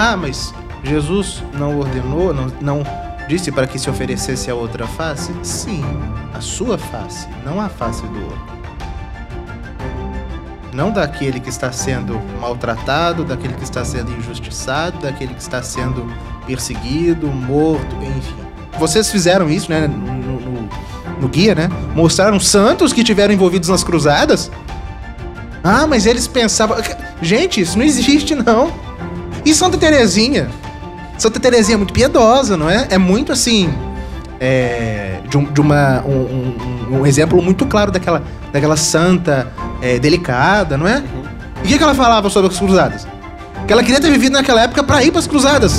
Ah, mas Jesus não ordenou, não disse para que se oferecesse a outra face? Sim, a sua face, não a face do outro. Não daquele que está sendo maltratado, daquele que está sendo injustiçado, daquele que está sendo perseguido, morto, enfim. Vocês fizeram isso, né, no guia, né? Mostraram santos que tiveram envolvidos nas cruzadas. Ah, mas eles pensavam... Gente, isso não existe, não. E Santa Teresinha? Santa Teresinha é muito piedosa, não é? É muito assim... um exemplo muito claro daquela santa delicada, não é? Uhum. E o que ela falava sobre as cruzadas? Que ela queria ter vivido naquela época para ir para as cruzadas.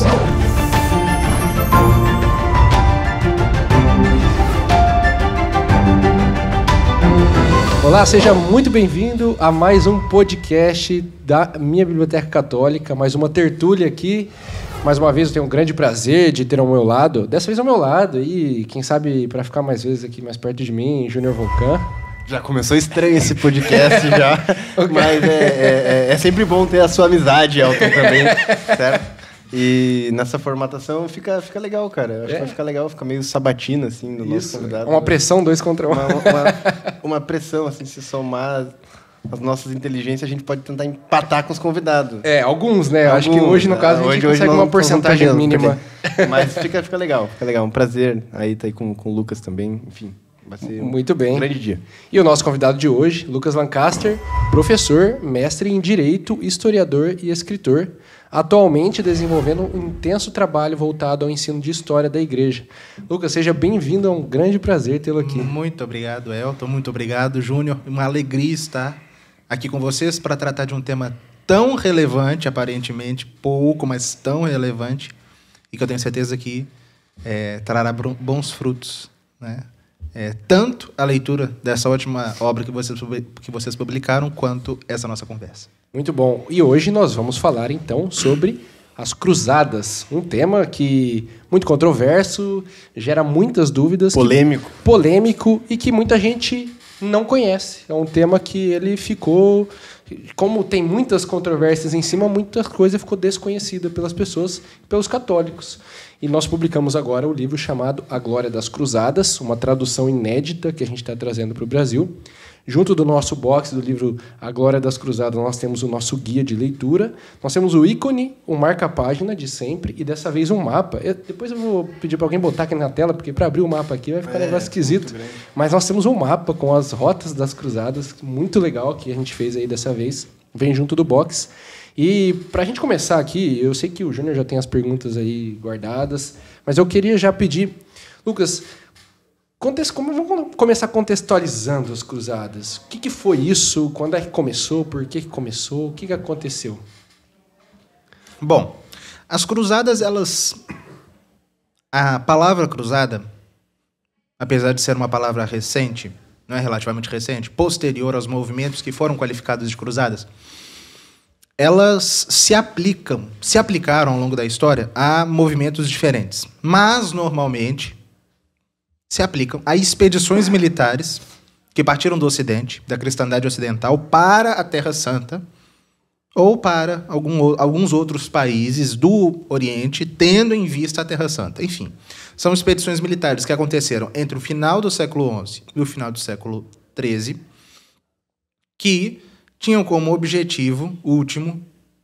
Olá, seja muito bem-vindo a mais um podcast da minha Biblioteca Católica, mais uma tertúlia aqui. Mais uma vez eu tenho um grande prazer de ter ao meu lado, dessa vez ao meu lado, e quem sabe para ficar mais vezes aqui mais perto de mim, Júnior Volcan. Já começou estranho esse podcast já, okay. Mas é sempre bom ter a sua amizade, Elton, também, certo? E nessa formatação fica legal, cara. Eu acho que vai ficar legal, fica meio sabatina, assim, do nosso convidado. Uma pressão 2 contra 1. Uma pressão, assim, se somar as nossas inteligências, a gente pode tentar empatar com os convidados. Alguns, né? Acho que hoje, no caso, a gente consegue uma porcentagem mínima. Mas fica legal, fica legal. Um prazer aí estar aí com o Lucas também, enfim. Vai ser muito bem. Um grande dia. E o nosso convidado de hoje, Lucas Lancaster, professor, mestre em Direito, historiador e escritor, atualmente desenvolvendo um intenso trabalho voltado ao ensino de história da Igreja. Lucas, seja bem-vindo, é um grande prazer tê-lo aqui. Muito obrigado, Elton, muito obrigado, Júnior. Uma alegria estar aqui com vocês para tratar de um tema tão relevante, aparentemente pouco, mas tão relevante, e que eu tenho certeza que trará bons frutos, né? Tanto a leitura dessa ótima obra que vocês publicaram, quanto essa nossa conversa. Muito bom. E hoje nós vamos falar, então, sobre as cruzadas. Um tema que muito controverso, gera muitas dúvidas. Polêmico e que muita gente não conhece. É um tema que ele ficou... Como tem muitas controvérsias em cima, muita coisa ficou desconhecida pelas pessoas, pelos católicos. E nós publicamos agora o livro chamado A Glória das Cruzadas, uma tradução inédita que a gente está trazendo para o Brasil. Junto do nosso box do livro A Glória das Cruzadas, nós temos o nosso guia de leitura, nós temos o ícone, o marca-página de sempre, e dessa vez um mapa. Depois eu vou pedir para alguém botar aqui na tela, porque para abrir o mapa aqui vai ficar um negócio esquisito. Mas nós temos um mapa com as rotas das cruzadas, muito legal, que a gente fez aí dessa vez. Vem junto do box. E para a gente começar aqui, eu sei que o Júnior já tem as perguntas aí guardadas, mas eu queria já pedir... Lucas, vamos começar contextualizando as cruzadas. O que foi isso? Quando é que começou? Por que começou? O que aconteceu? Bom, as cruzadas, a palavra cruzada, apesar de ser uma palavra recente, não é relativamente recente, posterior aos movimentos que foram qualificados de cruzadas, elas se aplicaram ao longo da história a movimentos diferentes. Mas, normalmente, se aplicam a expedições militares que partiram do Ocidente, da cristandade ocidental, para a Terra Santa ou para alguns outros países do Oriente, tendo em vista a Terra Santa. Enfim, são expedições militares que aconteceram entre o final do século XI e o final do século XIII, que tinham como objetivo último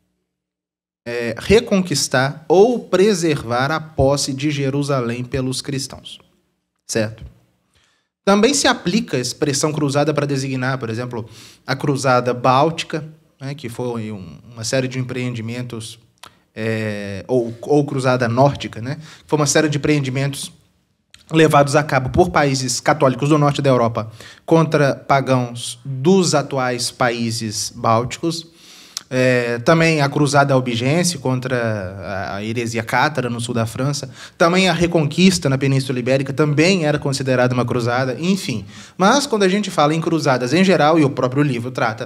reconquistar ou preservar a posse de Jerusalém pelos cristãos. Certo? Também se aplica a expressão cruzada para designar, por exemplo, a Cruzada Báltica, né, que foi uma série de empreendimentos, ou Cruzada Nórdica, né, foi uma série de empreendimentos levados a cabo por países católicos do norte da Europa contra pagãos dos atuais países bálticos. Também a Cruzada Albigense contra a heresia cátara no sul da França. Também a Reconquista na Península Ibérica também era considerada uma cruzada. Enfim, mas quando a gente fala em cruzadas em geral, e o próprio livro trata,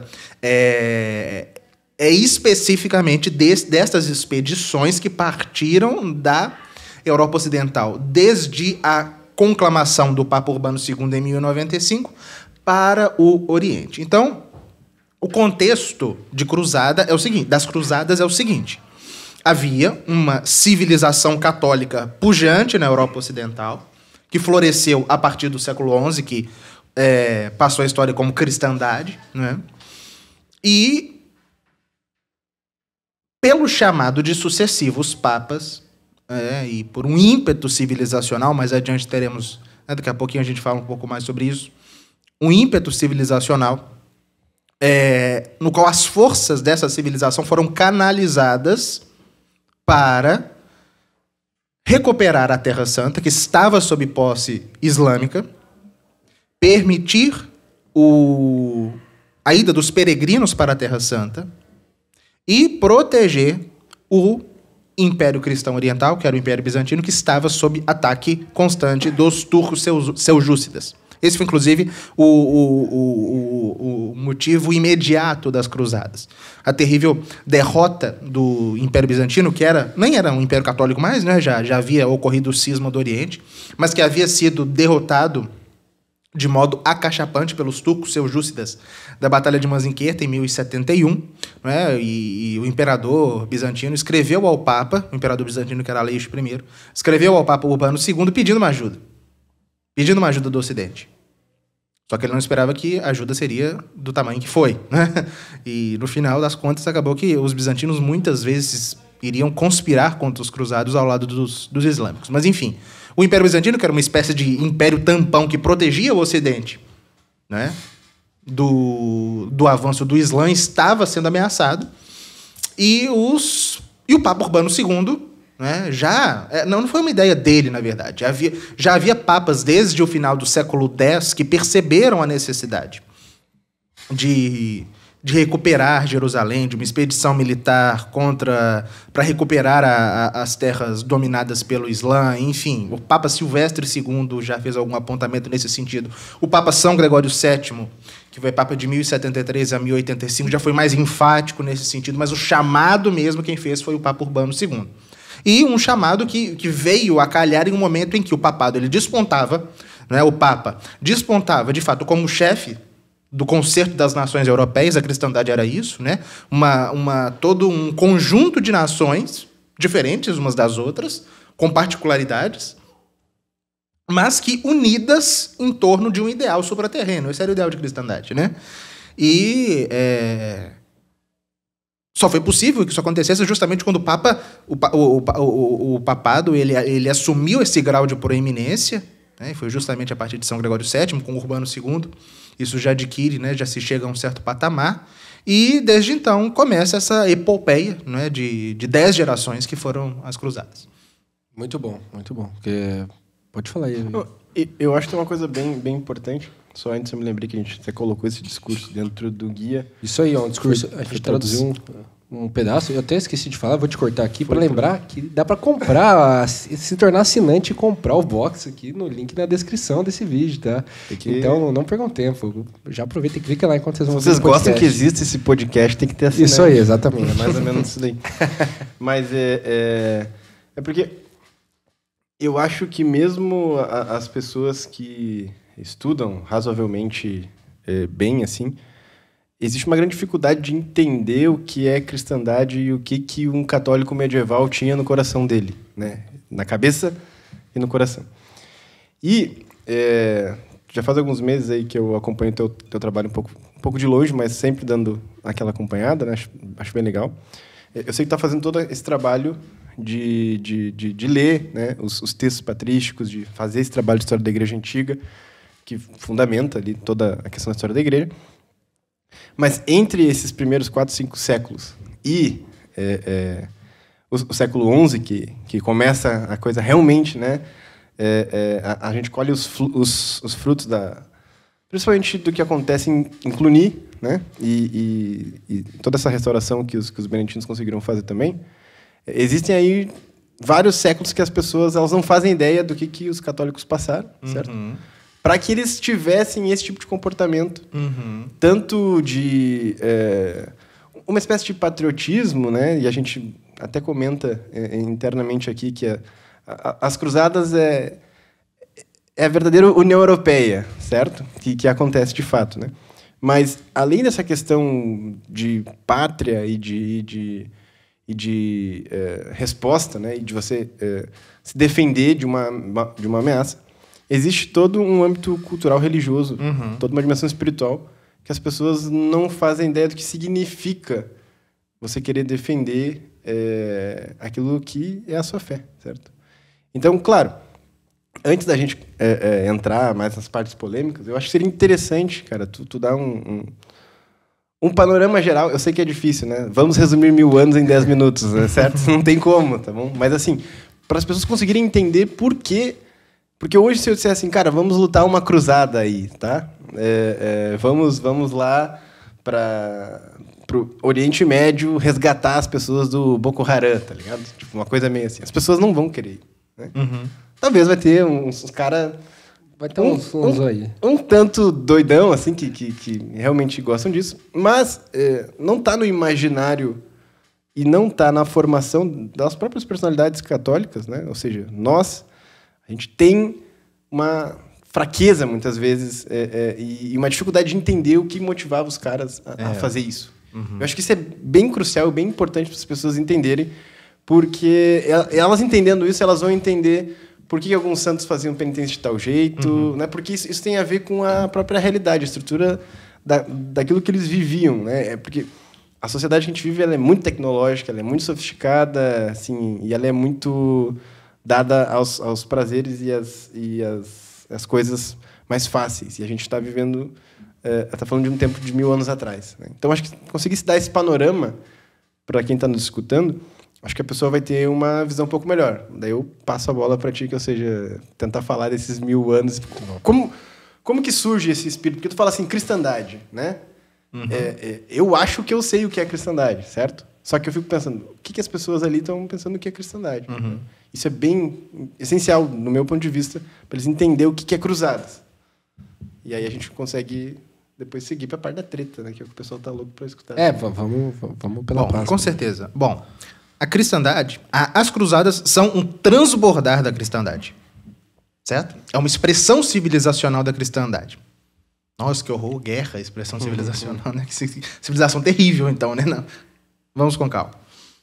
especificamente destas expedições que partiram da Europa Ocidental, desde a conclamação do Papa Urbano II em 1095 para o Oriente. Então, o contexto de cruzada das cruzadas é o seguinte: havia uma civilização católica pujante na Europa Ocidental, que floresceu a partir do século XI, que passou a história como cristandade, né? E, pelo chamado de sucessivos papas, e por um ímpeto civilizacional, mais adiante teremos, daqui a pouquinho a gente fala um pouco mais sobre isso, um ímpeto civilizacional, no qual as forças dessa civilização foram canalizadas para recuperar a Terra Santa, que estava sob posse islâmica, permitir a ida dos peregrinos para a Terra Santa e proteger o Império Cristão Oriental, que era o Império Bizantino, que estava sob ataque constante dos turcos seljúcidas. Esse foi, inclusive, o motivo imediato das cruzadas. A terrível derrota do Império Bizantino, que nem era um Império Católico mais, né? Já havia ocorrido o cisma do Oriente, mas que havia sido derrotado de modo acachapante pelos turcos seljúcidas da Batalha de Manzikert, em 1071, né? E o imperador bizantino escreveu ao Papa, o imperador bizantino, que era Aleixo I, escreveu ao Papa Urbano II pedindo uma ajuda do Ocidente. Só que ele não esperava que a ajuda seria do tamanho que foi, né? E, no final das contas, acabou que os bizantinos muitas vezes iriam conspirar contra os cruzados ao lado dos islâmicos. Mas, enfim, o Império Bizantino, que era uma espécie de império tampão que protegia o Ocidente, né, do avanço do Islã, estava sendo ameaçado. E o Papa Urbano II... né, não foi uma ideia dele, na verdade. Já havia papas desde o final do século X que perceberam a necessidade de recuperar Jerusalém, de uma expedição militar para recuperar as terras dominadas pelo Islã. Enfim, o Papa Silvestre II já fez algum apontamento nesse sentido. O Papa São Gregório VII, que foi Papa de 1073 a 1085, já foi mais enfático nesse sentido, mas o chamado mesmo quem fez foi o Papa Urbano II. E um chamado que veio a calhar em um momento em que o papado ele despontava, né, o Papa despontava, de fato, como chefe do concerto das nações europeias. A cristandade era isso, né? Todo um conjunto de nações diferentes umas das outras, com particularidades, mas que unidas em torno de um ideal supraterreno. Esse era o ideal de cristandade, né? E... só foi possível que isso acontecesse justamente quando o papado ele assumiu esse grau de proeminência, né? Foi justamente a partir de São Gregório VII, com Urbano II, isso já adquire, né? Já se chega a um certo patamar, e desde então começa essa epopeia, né? de 10 gerações que foram as cruzadas. Muito bom, muito bom. Pode falar aí. Eu acho que tem uma coisa bem importante. Só antes eu me lembrei que a gente até colocou esse discurso dentro do guia. Isso aí, um discurso. A gente traduziu um pedaço. Eu até esqueci de falar, vou te cortar aqui para lembrar que dá para comprar, se tornar assinante e comprar o box aqui no link na descrição desse vídeo, tá? Então não percam tempo. Já aproveita e clica lá enquanto vocês vão ver. Vocês gostam que exista esse podcast, tem que ter assinante. Isso aí, exatamente. É mais ou menos isso daí. Mas é porque eu acho que mesmo as pessoas que estudam razoavelmente bem, assim, existe uma grande dificuldade de entender o que é cristandade e o que um católico medieval tinha no coração dele, né? Na cabeça e no coração. E já faz alguns meses aí que eu acompanho o teu trabalho um pouco de longe, mas sempre dando aquela acompanhada, né? Acho bem legal. Eu sei que está fazendo todo esse trabalho de ler, né, os textos patrísticos, de fazer esse trabalho de história da Igreja Antiga, que fundamenta ali toda a questão da história da Igreja. Mas entre esses primeiros 4, 5 séculos e o século XI, que começa a coisa realmente, né, a gente colhe os frutos principalmente do que acontece em Cluny, né, e toda essa restauração que os beneditinos conseguiram fazer também. Existem aí vários séculos que as pessoas elas não fazem ideia do que os católicos passaram, certo? Para que eles tivessem esse tipo de comportamento, tanto de uma espécie de patriotismo, né? E a gente até comenta internamente aqui que as cruzadas é a verdadeira União Europeia, certo? Que acontece de fato, né? Mas além dessa questão de pátria e de e de resposta, né, e de você se defender de uma ameaça, existe todo um âmbito cultural religioso, toda uma dimensão espiritual, que as pessoas não fazem ideia do que significa você querer defender aquilo que é a sua fé, certo? Então, claro, antes da gente entrar mais nas partes polêmicas, eu acho que seria interessante, cara, tu dar um panorama geral. Eu sei que é difícil, né? Vamos resumir 1000 anos em 10 minutos, né? Certo? Não tem como, tá bom? Mas, assim, para as pessoas conseguirem entender por quê. Porque hoje, se eu disser assim, cara, vamos lutar uma cruzada aí, tá? Vamos lá para o Oriente Médio resgatar as pessoas do Boko Haram, tá ligado? Tipo, uma coisa meio assim. As pessoas não vão querer ir, né? Talvez vai ter uns caras... Vai ter uns aí. Um tanto doidão, assim, que realmente gostam disso. Mas não está no imaginário e não está na formação das próprias personalidades católicas, né? Ou seja, a gente tem uma fraqueza, muitas vezes, e uma dificuldade de entender o que motivava os caras a fazer isso. Eu acho que isso é bem crucial, bem importante para as pessoas entenderem, porque elas entendendo isso, elas vão entender por que alguns santos faziam penitência de tal jeito, né? Porque isso tem a ver com a própria realidade, a estrutura daquilo que eles viviam, né? Porque a sociedade que a gente vive, ela é muito tecnológica, ela é muito sofisticada, assim, e ela é muito dada aos prazeres e as coisas mais fáceis. E a gente está vivendo... está falando de um tempo de 1000 anos atrás, né? Então, acho que conseguisse dar esse panorama para quem está nos escutando, acho que a pessoa vai ter uma visão um pouco melhor. Daí eu passo a bola para ti, que ou seja, tentar falar desses 1000 anos. Como que surge esse espírito? Porque tu fala assim, cristandade, né? Eu acho que eu sei o que é cristandade, certo? Só que eu fico pensando, o que as pessoas ali estão pensando no que é cristandade? Isso é bem essencial, no meu ponto de vista, para eles entenderem o que é cruzadas. E aí a gente consegue depois seguir para a parte da treta, né? Que é o que o pessoal está louco para escutar. Vamos pela próxima. Com certeza. Bom, a cristandade, as cruzadas são um transbordar da cristandade, certo? É uma expressão civilizacional da cristandade. Nossa, que horror, guerra, expressão civilizacional, né? Que civilização terrível, então, né? Não. Vamos com calma.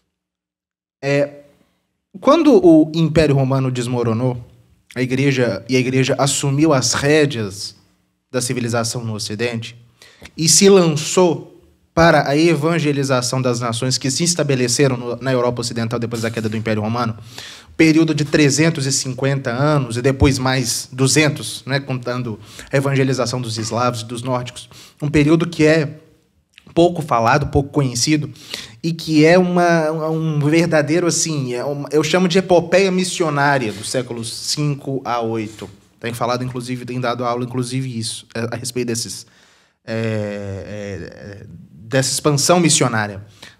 Quando o Império Romano desmoronou, a igreja assumiu as rédeas da civilização no Ocidente e se lançou para a evangelização das nações que se estabeleceram na Europa Ocidental depois da queda do Império Romano, período de 350 anos e depois mais 200, né, contando a evangelização dos eslavos e dos nórdicos, um período que é pouco falado, pouco conhecido e que é um verdadeiro, assim, eu chamo de epopeia missionária dos séculos 5 a 8. Tem falado, inclusive, tem dado aula, inclusive, isso, a respeito dessa expansão missionária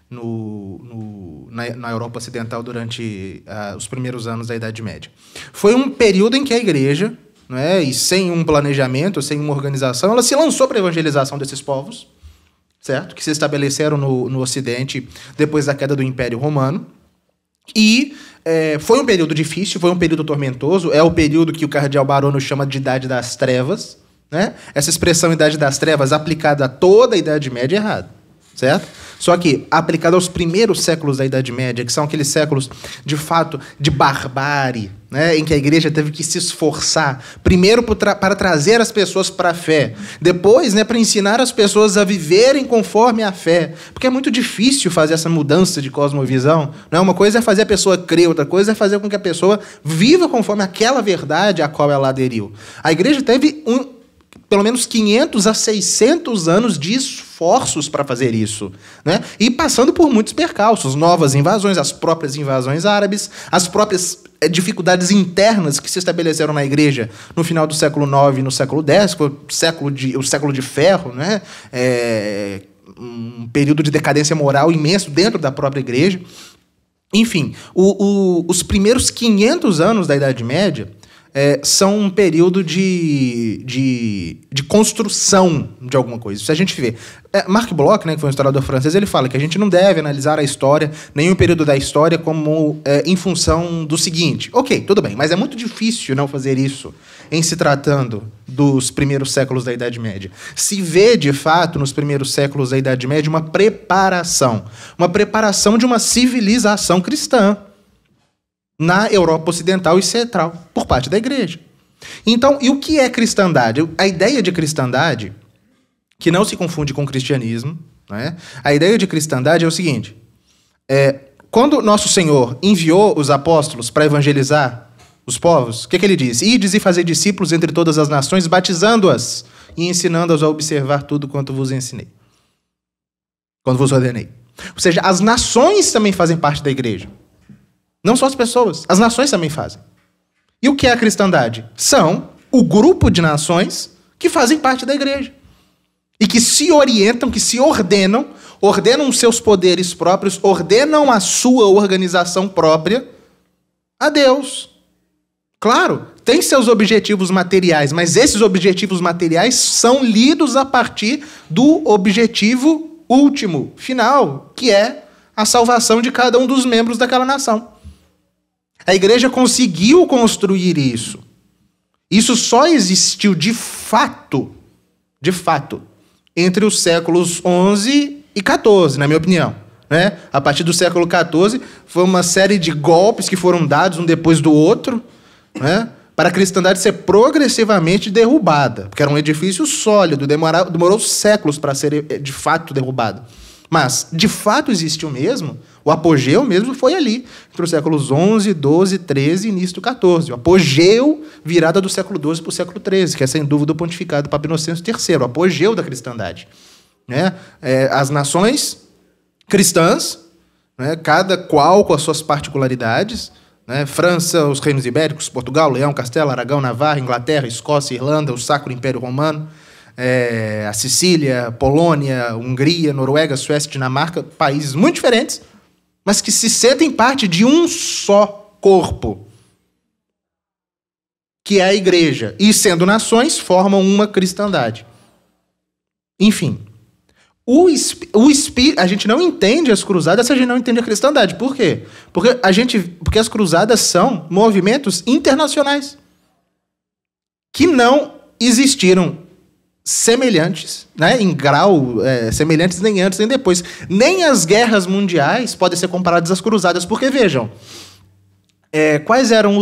na Europa Ocidental durante os primeiros anos da Idade Média. Foi um período em que a igreja, né, e sem um planejamento, sem uma organização, ela se lançou para a evangelização desses povos, certo? Que se estabeleceram no Ocidente depois da queda do Império Romano. E foi um período difícil, foi um período tormentoso, é o período que o cardeal Baroni chama de Idade das Trevas, né? Essa expressão Idade das Trevas aplicada a toda a Idade Média é errada, certo? Só que aplicada aos primeiros séculos da Idade Média, que são aqueles séculos, de fato, de barbárie, né? Em que a igreja teve que se esforçar, primeiro para trazer as pessoas para a fé, depois, né, para ensinar as pessoas a viverem conforme a fé, porque é muito difícil fazer essa mudança de cosmovisão, né? Uma coisa é fazer a pessoa crer, outra coisa é fazer com que a pessoa viva conforme aquela verdade a qual ela aderiu. A igreja teve pelo menos 500 a 600 anos de esforços para fazer isso, né? E passando por muitos percalços, novas invasões, as próprias invasões árabes, as próprias dificuldades internas que se estabeleceram na igreja no final do século IX e no século X, o século de ferro, né? Um período de decadência moral imenso dentro da própria igreja. Enfim, os primeiros 500 anos da Idade Média são um período de construção de alguma coisa. Se a gente vê... Marc Bloch, né, que foi um historiador francês, ele fala que a gente não deve analisar a história, nenhum período da história, como em função do seguinte. Ok, tudo bem, mas é muito difícil não fazer isso em se tratando dos primeiros séculos da Idade Média. Se vê, de fato, nos primeiros séculos da Idade Média, uma preparação de uma civilização cristã na Europa Ocidental e Central, por parte da Igreja. Então, e o que é cristandade? A ideia de cristandade, que não se confunde com cristianismo, né? A ideia de cristandade é o seguinte, quando nosso Senhor enviou os apóstolos para evangelizar os povos, o que ele diz? Ides e fazer discípulos entre todas as nações, batizando-as e ensinando-as a observar tudo quanto vos ensinei. Quando vos ordenei. Ou seja, as nações também fazem parte da igreja. Não só as pessoas, as nações também fazem. E o que é a cristandade? São o grupo de nações que fazem parte da igreja. E que se orientam, que se ordenam seus poderes próprios, ordenam a sua organização própria a Deus. Claro, tem seus objetivos materiais, mas esses objetivos materiais são lidos a partir do objetivo último, final, que é a salvação de cada um dos membros daquela nação. A igreja conseguiu construir isso. Isso só existiu de fato, entre os séculos XI e XIV, na minha opinião. Né? A partir do século XIV, foi uma série de golpes que foram dados um depois do outro, né? Para a cristandade ser progressivamente derrubada, porque era um edifício sólido, demorou séculos para ser de fato derrubado. Mas, de fato, existiu mesmo, o apogeu mesmo foi ali, entre os séculos XI, XII, XIII e início do XIV. O apogeu virada do século XII para o século XIII, que é, sem dúvida, o pontificado do Papa Inocêncio III, o apogeu da cristandade. Né? As nações cristãs, né, cada qual com as suas particularidades, né? França, os reinos ibéricos, Portugal, Leão, Castela, Aragão, Navarra, Inglaterra, Escócia, Irlanda, o Sacro Império Romano, a Sicília, Polônia, Hungria, Noruega, Suécia, Dinamarca, países muito diferentes, mas que se sentem parte de um só corpo, que é a igreja. E, sendo nações, formam uma cristandade. Enfim, a gente não entende as cruzadas se a gente não entende a cristandade. Por quê? Porque as cruzadas são movimentos internacionais que não existiram semelhantes, né, em grau semelhantes nem antes nem depois. Nem as guerras mundiais podem ser comparadas às cruzadas, porque, vejam, quais eram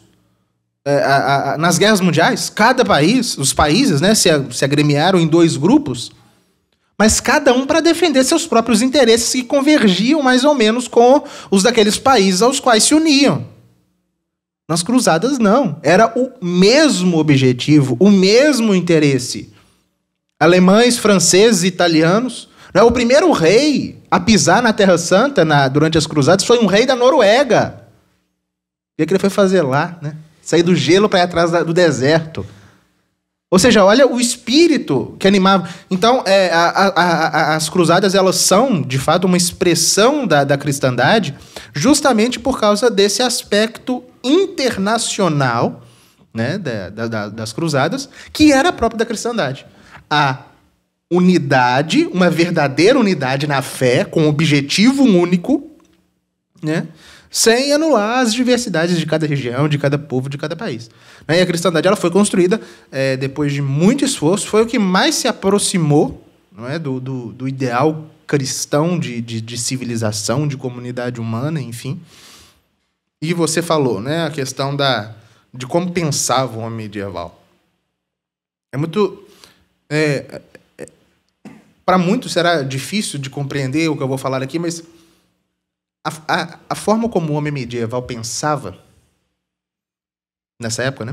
nas guerras mundiais, cada país, os países, né, se agremiaram em dois grupos, mas cada um para defender seus próprios interesses que convergiam mais ou menos com os daqueles países aos quais se uniam. Nas cruzadas, não. Era o mesmo objetivo, o mesmo interesse. Alemães, franceses, italianos. O primeiro rei a pisar na Terra Santa durante as cruzadas foi um rei da Noruega. O que ele foi fazer lá? Né? Sair do gelo para ir atrás do deserto. Ou seja, olha o espírito que animava. Então, as cruzadas, elas são, de fato, uma expressão da cristandade, justamente por causa desse aspecto internacional, né, das cruzadas, que era próprio da cristandade. A unidade, uma verdadeira unidade na fé, com um objetivo único, né, sem anular as diversidades de cada região, de cada povo, de cada país. E a cristandade, ela foi construída depois de muito esforço, foi o que mais se aproximou, não é, do ideal cristão de civilização, de comunidade humana, enfim. E você falou, né, a questão de como pensava o homem medieval. É muito... para muitos será difícil de compreender o que eu vou falar aqui, mas a forma como o homem medieval pensava nessa época, né,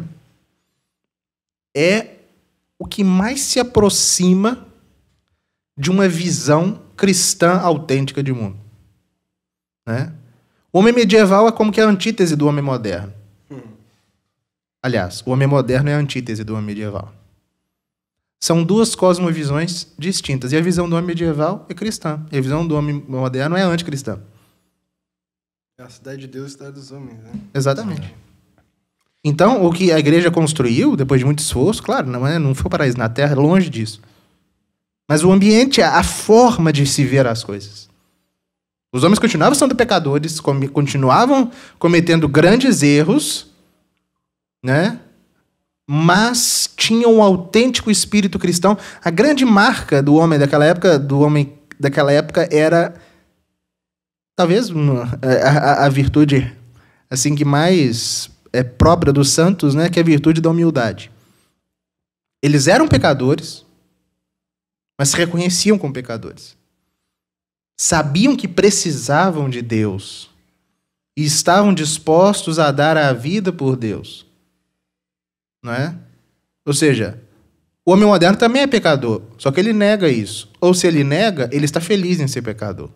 é o que mais se aproxima de uma visão cristã autêntica de mundo. Né? O homem medieval é como que a antítese do homem moderno. Aliás, o homem moderno é a antítese do homem medieval. São duas cosmovisões distintas. E a visão do homem medieval é cristã. E a visão do homem moderno é anticristã. É a cidade de Deus e a cidade dos homens, né? Exatamente. Então, o que a igreja construiu, depois de muito esforço, claro, não foi paraíso na Terra, longe disso. Mas o ambiente, a forma de se ver as coisas. Os homens continuavam sendo pecadores, continuavam cometendo grandes erros, né? mas tinham um autêntico espírito cristão. A grande marca do homem daquela época era talvez a virtude assim que mais é própria dos santos, né, que é a virtude da humildade. Eles eram pecadores, mas se reconheciam como pecadores. Sabiam que precisavam de Deus e estavam dispostos a dar a vida por Deus. Não é? Ou seja, o homem moderno também é pecador, só que ele nega isso. Ou se ele nega, ele está feliz em ser pecador.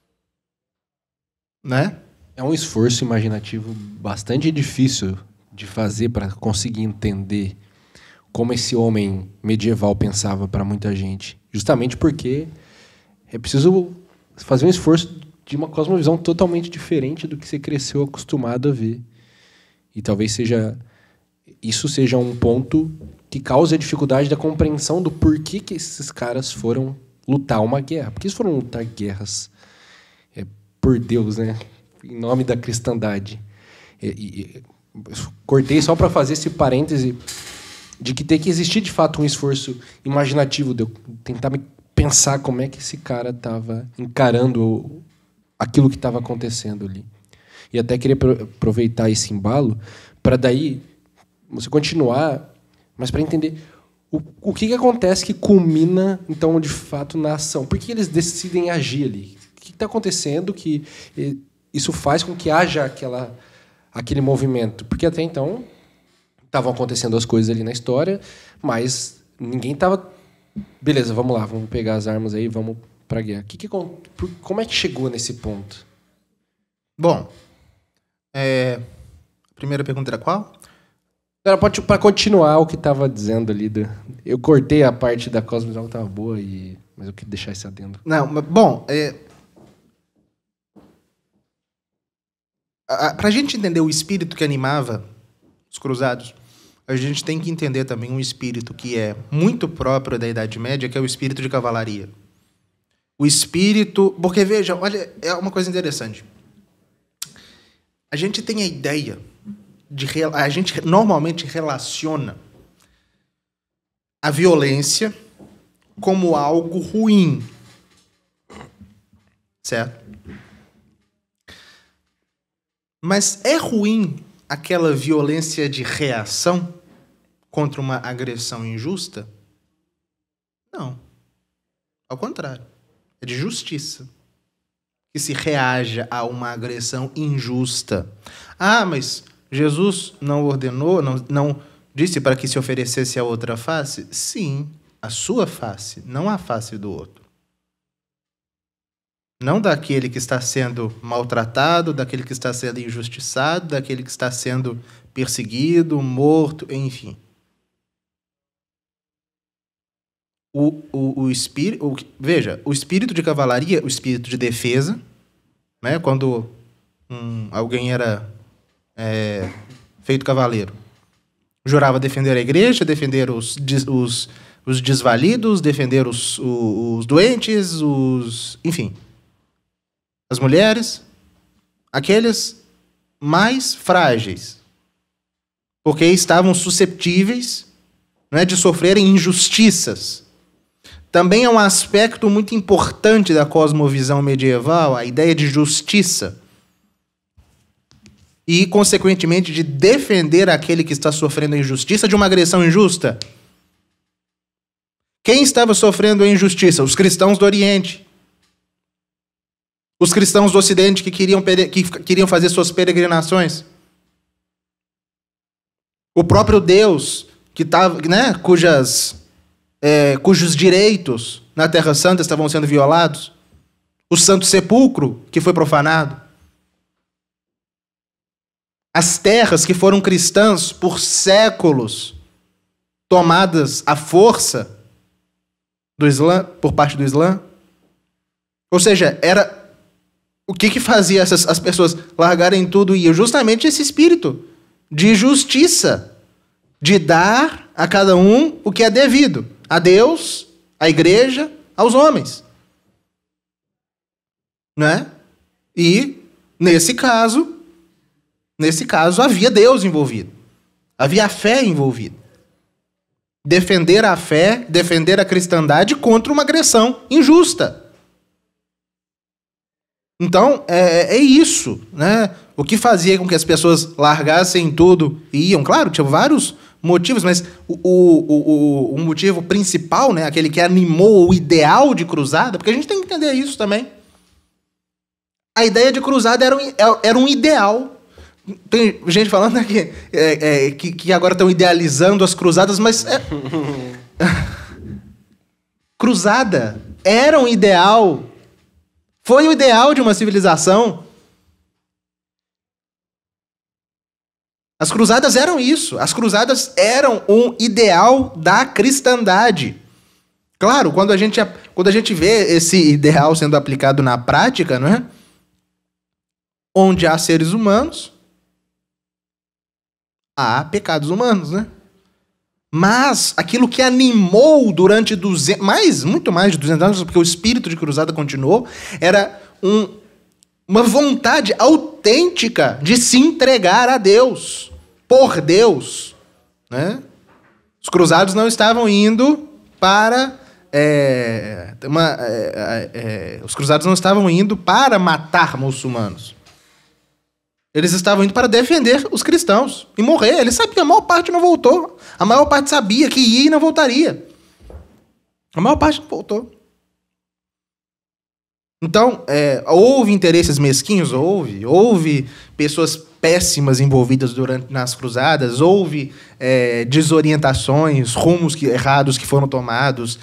Né? É um esforço imaginativo bastante difícil de fazer para conseguir entender como esse homem medieval pensava para muita gente. Justamente porque é preciso fazer um esforço de uma cosmovisão totalmente diferente do que você cresceu acostumado a ver. E talvez isso seja um ponto que cause a dificuldade da compreensão do porquê que esses caras foram lutar uma guerra. Porque eles foram lutar guerras por Deus, né? Em nome da cristandade. Cortei só para fazer esse parêntese de que tem que existir, de fato, um esforço imaginativo de eu tentar pensar como é que esse cara estava encarando aquilo que estava acontecendo ali. E até queria aproveitar esse embalo para daí você continuar, mas para entender o que acontece que culmina, então, de fato, na ação. Por que eles decidem agir ali? O que está acontecendo que isso faz com que haja aquele movimento? Porque até então estavam acontecendo as coisas ali na história, mas ninguém estava... Beleza, vamos lá, vamos pegar as armas aí, vamos para a guerra. Como é que chegou nesse ponto? Bom, a primeira pergunta era qual? Para continuar o que estava dizendo ali. Eu cortei a parte da cosmovisão que estava boa, mas eu queria deixar isso adendo. Não, mas, bom... Para a gente entender o espírito que animava os cruzados, a gente tem que entender também um espírito que é muito próprio da Idade Média, que é o espírito de cavalaria. O espírito... Porque, veja, olha, é uma coisa interessante. A gente tem a ideia a gente normalmente relaciona a violência como algo ruim. Certo? Mas é ruim aquela violência de reação contra uma agressão injusta? Não. Ao contrário. É de justiça que se reaja a uma agressão injusta. Ah, mas Jesus não ordenou, não disse para que se oferecesse a outra face? Sim, a sua face, não a face do outro. Não daquele que está sendo maltratado, daquele que está sendo injustiçado, daquele que está sendo perseguido, morto, enfim. Veja, o espírito de cavalaria, o espírito de defesa, né, quando alguém era feito cavaleiro, jurava defender a igreja, defender os desvalidos, defender os doentes, enfim, as mulheres, aqueles mais frágeis, porque estavam susceptíveis, né, de sofrerem injustiças. Também é um aspecto muito importante da cosmovisão medieval, a ideia de justiça. E, consequentemente, de defender aquele que está sofrendo a injustiça de uma agressão injusta. Quem estava sofrendo a injustiça? Os cristãos do Oriente. Os cristãos do Ocidente que queriam fazer suas peregrinações. O próprio Deus, que estava, né, cujos direitos na Terra Santa estavam sendo violados. O Santo Sepulcro, que foi profanado. As terras que foram cristãs por séculos, tomadas à força do Islã, por parte do Islã. Ou seja, era o que fazia as pessoas largarem tudo e justamente esse espírito de justiça, de dar a cada um o que é devido, a Deus, à igreja, aos homens. Né? E, nesse caso havia Deus envolvido. Havia a fé envolvida. defender a fé, defender a cristandade contra uma agressão injusta. Então, é isso, né? O que fazia com que as pessoas largassem tudo e iam? Claro, tinha vários motivos, mas o motivo principal, né? Aquele que animou o ideal de cruzada, porque a gente tem que entender isso também. A ideia de cruzada era um ideal. Tem gente falando aqui que agora estão idealizando as cruzadas, mas... Cruzada era um ideal. Foi o ideal de uma civilização. As cruzadas eram isso. As cruzadas eram um ideal da cristandade. Claro, quando a gente vê esse ideal sendo aplicado na prática, não é? Onde há seres humanos, há pecados humanos, né? Mas aquilo que animou durante muito mais de 200 anos, porque o espírito de cruzada continuou, era uma vontade autêntica de se entregar a Deus, por Deus, né? Os cruzados não estavam indo para... os cruzados não estavam indo para matar muçulmanos. Eles estavam indo para defender os cristãos e morrer. Eles sabiam que a maior parte não voltou. A maior parte sabia que ia e não voltaria. A maior parte não voltou. Então, houve interesses mesquinhos? Houve pessoas péssimas envolvidas nas cruzadas, houve desorientações, rumos errados que foram tomados,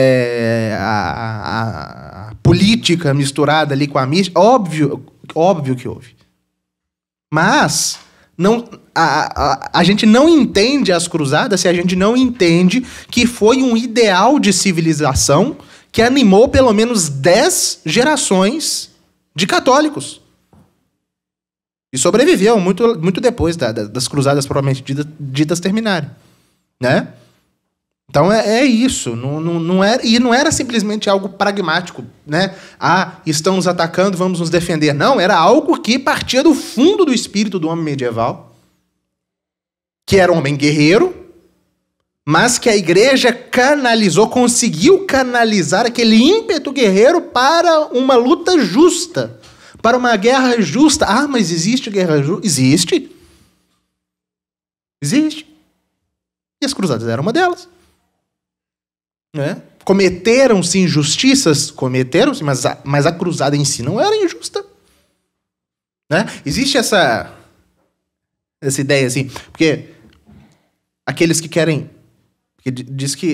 a política misturada ali com a mística. Óbvio que houve. Mas a gente não entende as cruzadas se a gente não entende que foi um ideal de civilização que animou pelo menos 10 gerações de católicos. E sobreviveu muito, muito depois das cruzadas propriamente ditas terminarem. Né? Então é isso. Não era simplesmente algo pragmático, né? Estão nos atacando, vamos nos defender. Não, era algo que partia do fundo do espírito do homem medieval, que era um homem guerreiro, mas que a igreja conseguiu canalizar aquele ímpeto guerreiro para uma luta justa, para uma guerra justa. Mas existe guerra justa? Existe. Existe. E as cruzadas eram uma delas. Né? Cometeram-se injustiças? Cometeram-se, mas a cruzada em si não era injusta. Né? Existe essa ideia assim, porque aqueles que querem... Porque diz que...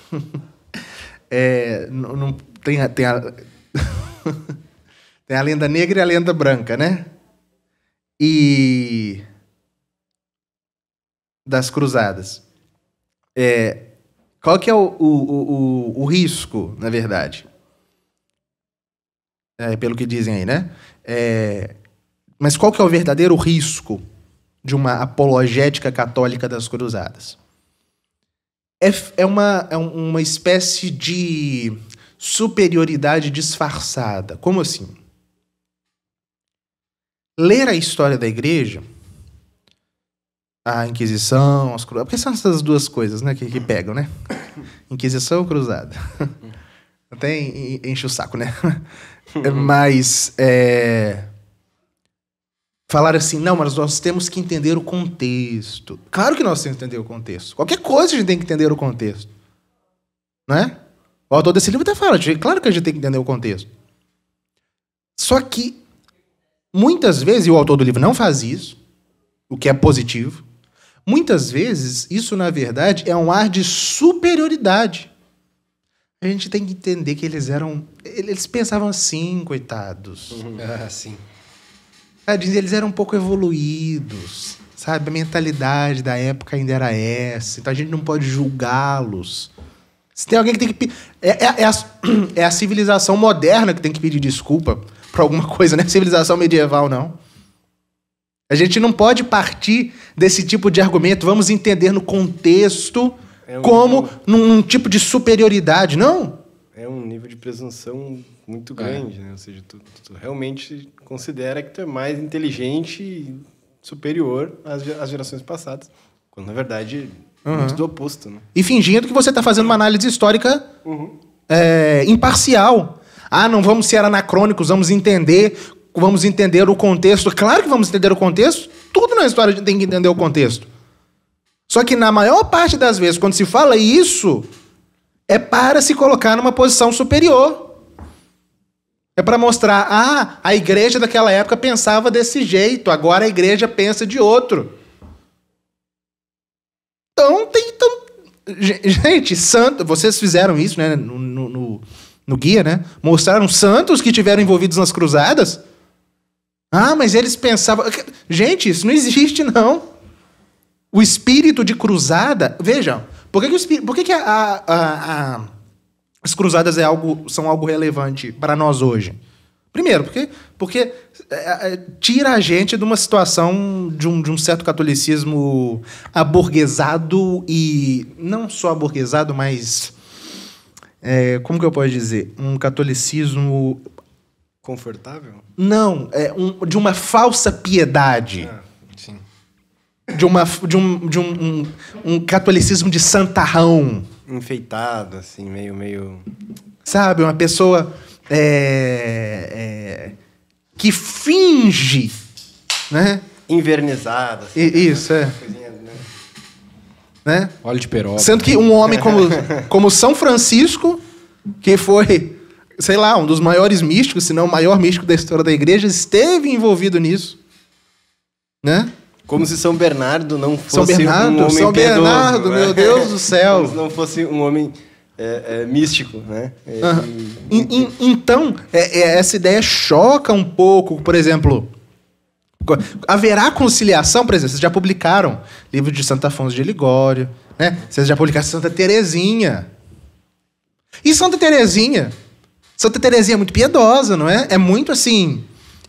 não tem a tem a lenda negra e a lenda branca, né? E... das cruzadas. Qual que é o risco, na verdade? Pelo que dizem aí, né? Mas qual que é o verdadeiro risco de uma apologética católica das cruzadas? É uma espécie de superioridade disfarçada. Como assim? Ler a história da igreja, a Inquisição, as cruzadas, porque são essas duas coisas, né, que pegam, né? Inquisição ou cruzada. Até enche o saco, né? Mas falar assim, não, mas nós temos que entender o contexto. Claro que nós temos que entender o contexto. Qualquer coisa a gente tem que entender o contexto. Não é? O autor desse livro até fala, claro que a gente tem que entender o contexto. Só que, muitas vezes, e o autor do livro não faz isso, o que é positivo, muitas vezes, isso, na verdade, é um ar de superioridade. A gente tem que entender que eles pensavam assim, coitados. Sim. Eles eram um pouco evoluídos, sabe? A mentalidade da época ainda era essa, então a gente não pode julgá-los. Se tem alguém que tem que... É a civilização moderna que tem que pedir desculpa por alguma coisa, não é a civilização medieval, não. A gente não pode partir desse tipo de argumento, vamos entender no contexto como num tipo de superioridade, não? É um nível de presunção muito grande, né? Ou seja, tu realmente considera que tu é mais inteligente e superior às gerações passadas, Quando, na verdade, muito do oposto, né? E fingindo que você está fazendo uma análise histórica imparcial. Não vamos ser anacrônicos, vamos entender o contexto. Claro que vamos entender o contexto. Tudo na história a gente tem que entender o contexto. Só que na maior parte das vezes, quando se fala isso, é para se colocar numa posição superior. É para mostrar, a igreja daquela época pensava desse jeito, agora a igreja pensa de outro. Então, gente, santo, vocês fizeram isso, né, no guia, né? Mostraram santos que tiveram envolvidos nas cruzadas. Mas eles pensavam... Gente, isso não existe, não. O espírito de cruzada... Vejam, por que as cruzadas são algo relevante para nós hoje? Primeiro, porque tira a gente de uma situação de um certo catolicismo aburguesado e... Não só aburguesado, mas... como que eu posso dizer? Um catolicismo... Confortável? Não, de uma falsa piedade. Sim. De um catolicismo de santarrão. Enfeitado, assim, meio... Sabe, uma pessoa que finge, né? Invernizada. Assim, isso, coisinha, né? Óleo de peroba. Sendo que um homem como São Francisco, que foi, sei lá, um dos maiores místicos, se não o maior místico da história da igreja, esteve envolvido nisso. Né? Como se São Bernardo não fosse um homem São piedoso, Bernardo, né? Meu Deus do céu. Como se não fosse um homem místico, né? Então, essa ideia choca um pouco. Por exemplo, haverá conciliação? Por exemplo, vocês já publicaram livro de Santo Afonso de Ligório, né? Vocês já publicaram Santa Teresinha. E Santa Teresinha é muito piedosa, não é? É muito assim...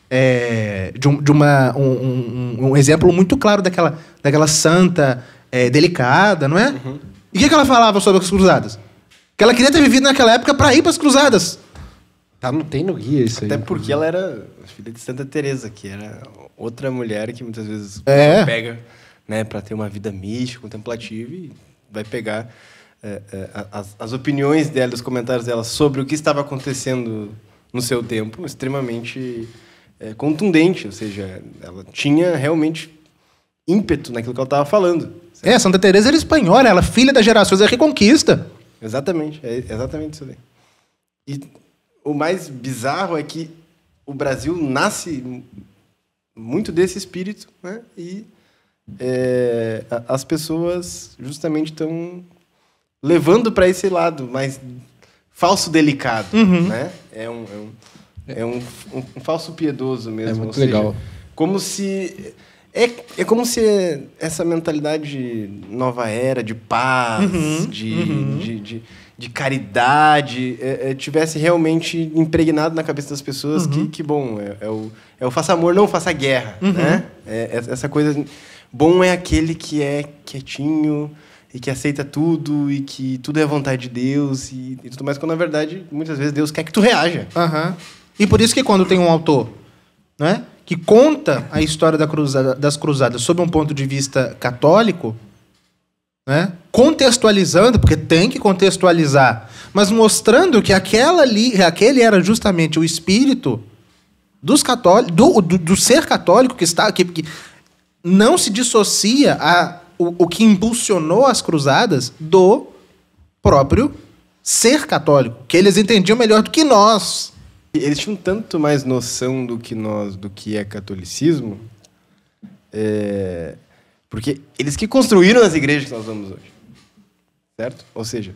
um exemplo muito claro daquela santa delicada, não é? Uhum. E o que ela falava sobre as cruzadas? Que ela queria ter vivido naquela época para ir para as cruzadas. Não tem no guia isso aí. Até porque ela era filha de Santa Teresa, que era outra mulher que muitas vezes pega, né, para ter uma vida mística, contemplativa, e vai pegar as opiniões dela, os comentários dela sobre o que estava acontecendo no seu tempo, extremamente contundente, ou seja, ela tinha realmente ímpeto naquilo que ela estava falando. Certo? Santa Teresa era espanhola, ela filha das gerações da Reconquista. Exatamente, é exatamente isso aí. E o mais bizarro é que o Brasil nasce muito desse espírito, né? E as pessoas justamente estão levando para esse lado mais falso delicado, né? É um falso piedoso mesmo. É muito legal. Como se... É como se essa mentalidade nova era, de paz, de caridade, tivesse realmente impregnado na cabeça das pessoas que bom, é o faça amor, não faça guerra, né? Essa coisa... Bom é aquele que é quietinho e que aceita tudo e que tudo é a vontade de Deus e tudo mais, quando na verdade, muitas vezes, Deus quer que tu reaja. E por isso que quando tem um autor, né, que conta a história das cruzadas sob um ponto de vista católico, né, contextualizando, porque tem que contextualizar, mas mostrando que aquele era justamente o espírito dos católicos, do ser católico que não se dissocia o que impulsionou as cruzadas do próprio ser católico, que eles entendiam melhor do que nós. Eles tinham tanto mais noção do que é catolicismo, porque eles que construíram as igrejas que nós vamos hoje, certo? Ou seja,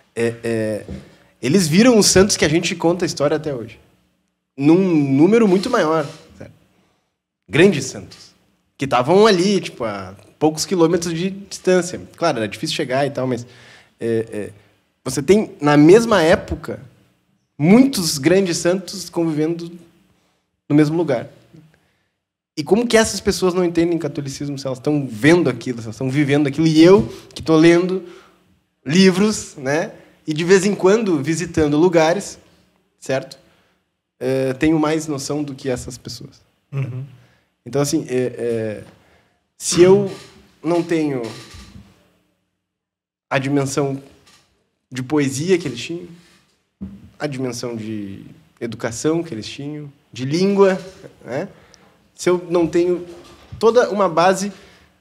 eles viram os santos que a gente conta a história até hoje, num número muito maior, certo? Grandes santos, que estavam ali, tipo, a poucos quilômetros de distância. Claro, era difícil chegar e tal, mas você tem, na mesma época, muitos grandes santos convivendo no mesmo lugar. E como que essas pessoas não entendem catolicismo se elas estão vendo aquilo, se elas estão vivendo aquilo? E eu, que estou lendo livros, né? E de vez em quando visitando lugares, certo? Tenho mais noção do que essas pessoas. Então, assim, se eu não tenho a dimensão de poesia que eles tinham, a dimensão de educação que eles tinham, de língua, né? Se eu não tenho toda uma base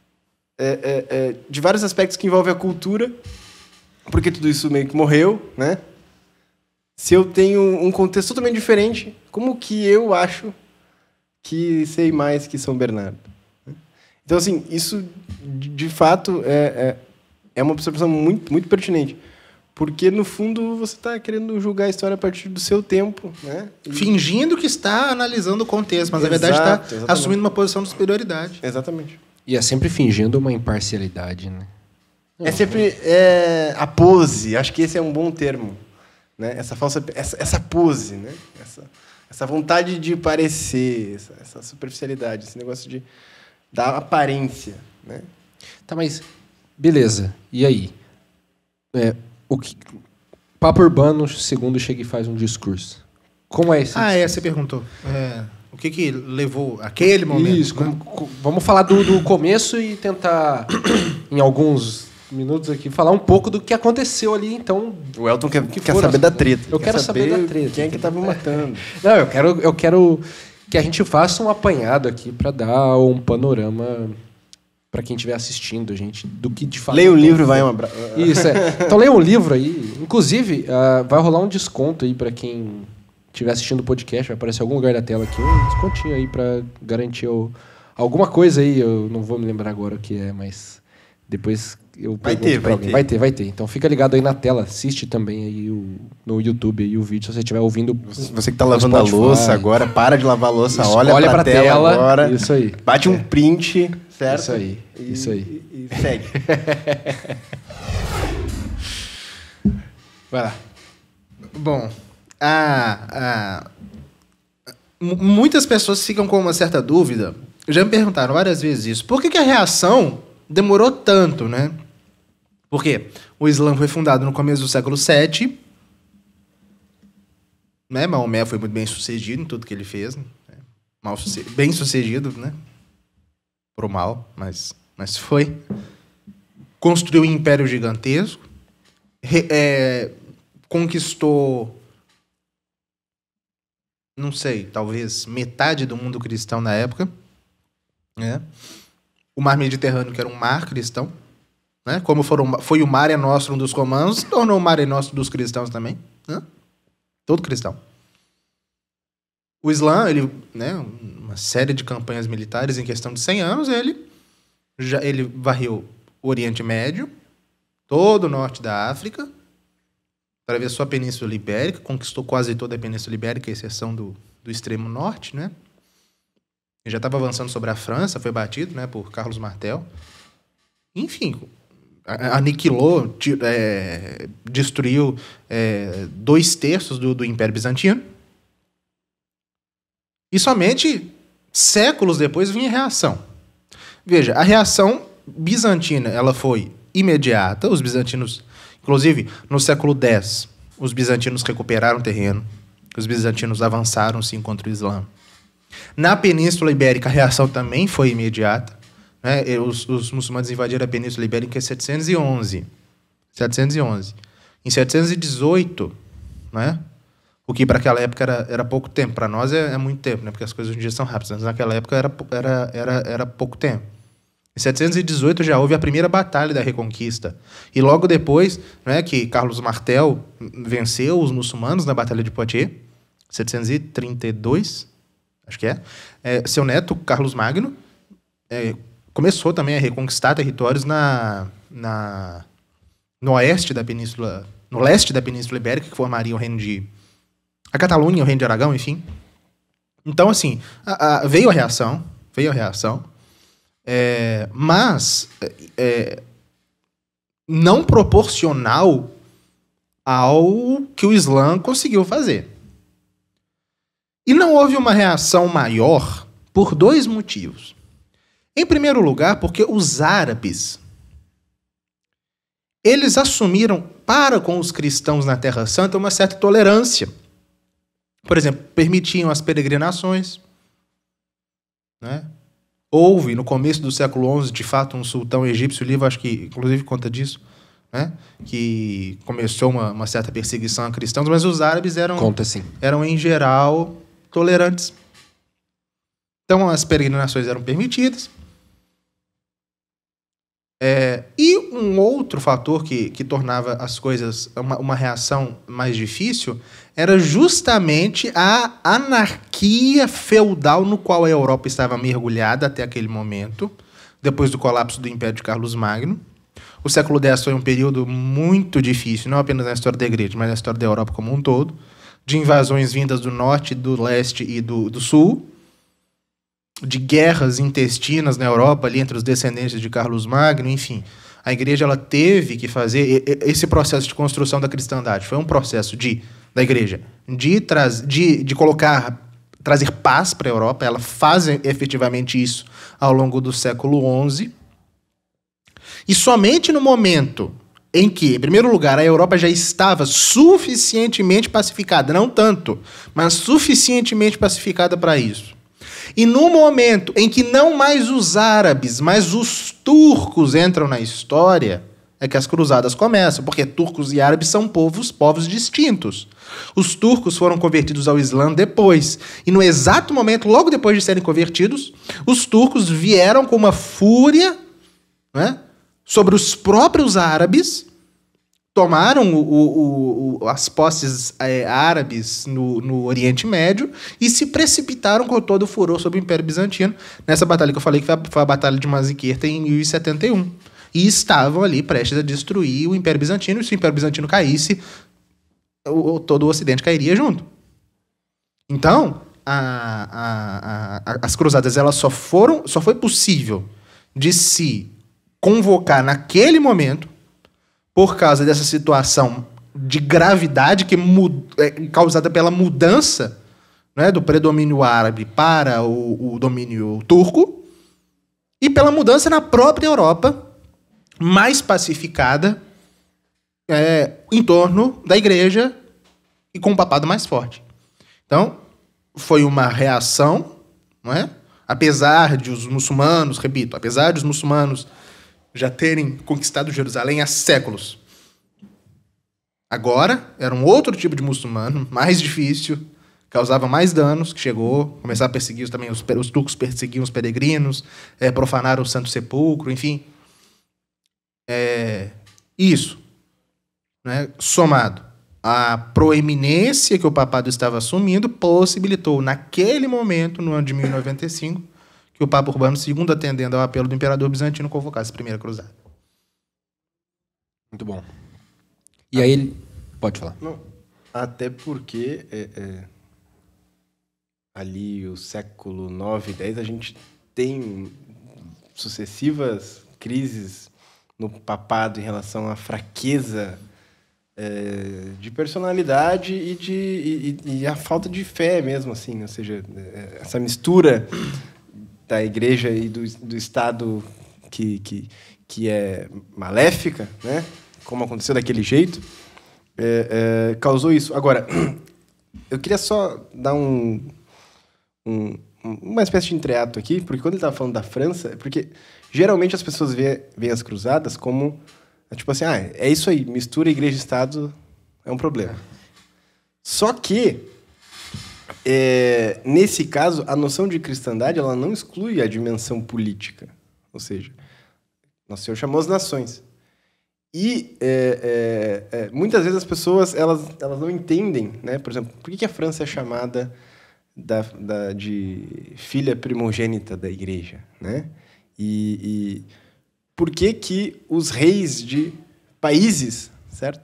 de vários aspectos que envolvem a cultura, porque tudo isso meio que morreu, né? Se eu tenho um contexto totalmente diferente, como que eu acho que sei mais que São Bernardo? Então, assim, isso, de fato, é uma observação muito, muito pertinente. Porque, no fundo, você está querendo julgar a história a partir do seu tempo, né? Fingindo que está analisando o contexto, mas, na verdade, está assumindo uma posição de superioridade. Exatamente. E é sempre fingindo uma imparcialidade, né? É sempre a pose. Acho que esse é um bom termo. Né? Essa pose, né? Essa vontade de parecer, essa superficialidade, esse negócio da aparência, né? Tá, mas beleza. E aí? Papo Urbano II chega e faz um discurso. Como é esse? Você perguntou. O que levou aquele momento? Isso. Né? Vamos falar do começo e tentar, em alguns minutos aqui, falar um pouco do que aconteceu ali, então... O Elton quer saber da treta. Eu quero saber da treta. Quem é que estava matando? Não, eu quero que a gente faça um apanhado aqui para dar um panorama para quem estiver assistindo, gente, do que de fato... Leia o livro e vai um abraço. Isso, Então leia um livro aí. Inclusive, vai rolar um desconto aí para quem estiver assistindo o podcast, vai aparecer em algum lugar da tela aqui, um descontinho aí para garantir alguma coisa aí, eu não vou me lembrar agora o que é, mas depois... Vai ter. Vai ter. Então fica ligado aí na tela, assiste também aí no YouTube aí o vídeo, se você estiver ouvindo. Você que está lavando a louça agora, para de lavar a louça, olha para a tela agora. Isso aí. Bate um print, certo? Isso aí. E segue. Vai lá. Bom, muitas pessoas ficam com uma certa dúvida. Já me perguntaram várias vezes isso. Por que a reação demorou tanto, né? Porque o Islã foi fundado no começo do século VII. Né? Maomé foi muito bem sucedido em tudo que ele fez. Né? Bem sucedido, né? Pro mal, mas foi. Construiu um império gigantesco. Conquistou, não sei, talvez metade do mundo cristão na época. Né? O mar Mediterrâneo, que era um mar cristão. Né? Como foi o Mare Nostrum dos romanos, se tornou o Mare Nostrum dos cristãos também. Né? Todo cristão. O Islã, né, uma série de campanhas militares em questão de 100 anos, ele varreu o Oriente Médio, todo o norte da África, atravessou a Península Ibérica, conquistou quase toda a Península Ibérica, à exceção do extremo norte, né? Ele já estava avançando sobre a França, foi batido, né, por Carlos Martel. Enfim, aniquilou, destruiu 2/3 do Império Bizantino. E somente séculos depois vinha a reação. Veja, a reação bizantina ela foi imediata. Os bizantinos, inclusive no século X, os bizantinos recuperaram terreno. Os bizantinos avançaram sim contra o Islã. Na Península Ibérica, a reação também foi imediata. Né? Os muçulmanos invadiram a Península Ibérica em 711. Em 718, né? O que para aquela época era pouco tempo. Para nós é muito tempo, né? Porque as coisas hoje em dia são rápidas. Mas naquela época era pouco tempo. Em 718 já houve a primeira batalha da Reconquista. E logo depois, né, que Carlos Martel venceu os muçulmanos na Batalha de Poitiers, 732, acho que seu neto, Carlos Magno, começou também a reconquistar territórios no oeste da Península, no leste da Península Ibérica, que formaria o reino a Catalunha, o reino de Aragão, enfim. Então, assim, veio a reação, mas não proporcional ao que o Islã conseguiu fazer. E não houve uma reação maior por 2 motivos. Em primeiro lugar, porque os árabes eles assumiram para com os cristãos na Terra Santa uma certa tolerância. Por exemplo, permitiam as peregrinações. Né? Houve, no começo do século XI, de fato, um sultão egípcio, o livro acho que, inclusive, conta disso, né? Que começou uma certa perseguição a cristãos, mas os árabes eram em geral, tolerantes. Então, as peregrinações eram permitidas. E um outro fator que tornava as coisas, uma reação mais difícil, era justamente a anarquia feudal no qual a Europa estava mergulhada até aquele momento, depois do colapso do Império de Carlos Magno. O século X foi um período muito difícil, não apenas na história da Igreja, mas na história da Europa como um todo, de invasões vindas do norte, do leste e do sul, de guerras intestinas na Europa, ali entre os descendentes de Carlos Magno, enfim. A Igreja ela teve que fazer esse processo de construção da cristandade. Foi um processo da Igreja de trazer paz para a Europa. Ela faz efetivamente isso ao longo do século XI. E somente no momento em que, em primeiro lugar, a Europa já estava suficientemente pacificada, não tanto, mas suficientemente pacificada para isso. E no momento em que não mais os árabes, mas os turcos entram na história, é que as cruzadas começam, porque turcos e árabes são povos distintos. Os turcos foram convertidos ao Islã depois. E no exato momento, logo depois de serem convertidos, os turcos vieram com uma fúria, né, sobre os próprios árabes, tomaram as posses árabes no Oriente Médio e se precipitaram com todo o furor sobre o Império Bizantino, nessa batalha que eu falei, que foi a Batalha de Manzikert em 1071. E estavam ali prestes a destruir o Império Bizantino, e se o Império Bizantino caísse, todo o Ocidente cairia junto. Então, as cruzadas elas só foi possível de se convocar naquele momento por causa dessa situação de gravidade causada pela mudança, né, do predomínio árabe para o domínio turco, e pela mudança na própria Europa, mais pacificada, em torno da Igreja e com um papado mais forte. Então, foi uma reação, não é? Apesar de os muçulmanos já terem conquistado Jerusalém há séculos. Agora, era um outro tipo de muçulmano, mais difícil, causava mais danos, que chegou, começar a perseguir também, os turcos perseguiam os peregrinos, profanaram o Santo Sepulcro, enfim. Isso, né, somado à proeminência que o papado estava assumindo, possibilitou, naquele momento, no ano de 1095, que o Papa Urbano II, atendendo ao apelo do imperador bizantino, convocasse a primeira cruzada. Muito bom. E aí ele... Pode falar. Não, até porque ali o século IX e X a gente tem sucessivas crises no papado em relação à fraqueza de personalidade e a falta de fé mesmo, assim, ou seja, essa mistura da Igreja e do Estado que é maléfica, né? Como aconteceu daquele jeito, causou isso. Agora, eu queria só dar uma espécie de entreato aqui, porque quando ele estava falando da França, porque geralmente as pessoas veem as cruzadas como, tipo assim, é isso aí, mistura Igreja e Estado é um problema. Só que, nesse caso, a noção de cristandade ela não exclui a dimensão política. Ou seja, Nosso Senhor chamou as nações. E muitas vezes as pessoas elas não entendem, né? Por exemplo, por que a França é chamada de filha primogênita da Igreja, né? E por que os reis de países, certo?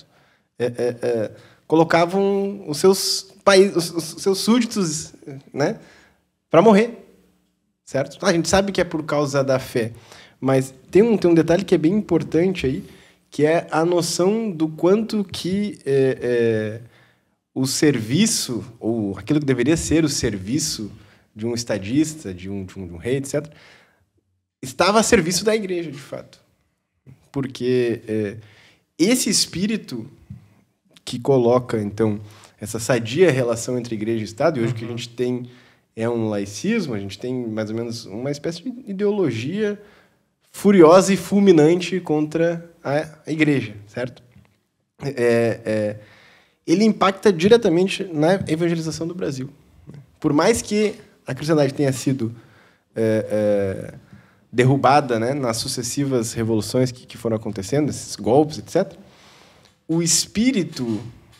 Colocavam os seus súditos, né, para morrer, certo? A gente sabe que é por causa da fé, mas tem um detalhe que é bem importante aí, que é a noção do quanto que o serviço, ou aquilo que deveria ser o serviço de um estadista, de um rei, etc., estava a serviço da Igreja, de fato. Porque esse espírito que coloca, então, essa sadia relação entre Igreja e Estado, e hoje o que a gente tem é um laicismo, a gente tem mais ou menos uma espécie de ideologia furiosa e fulminante contra a igreja, certo? Ele impacta diretamente na evangelização do Brasil. Por mais que a cristandade tenha sido derrubada, né, nas sucessivas revoluções que foram acontecendo, esses golpes, etc., o espírito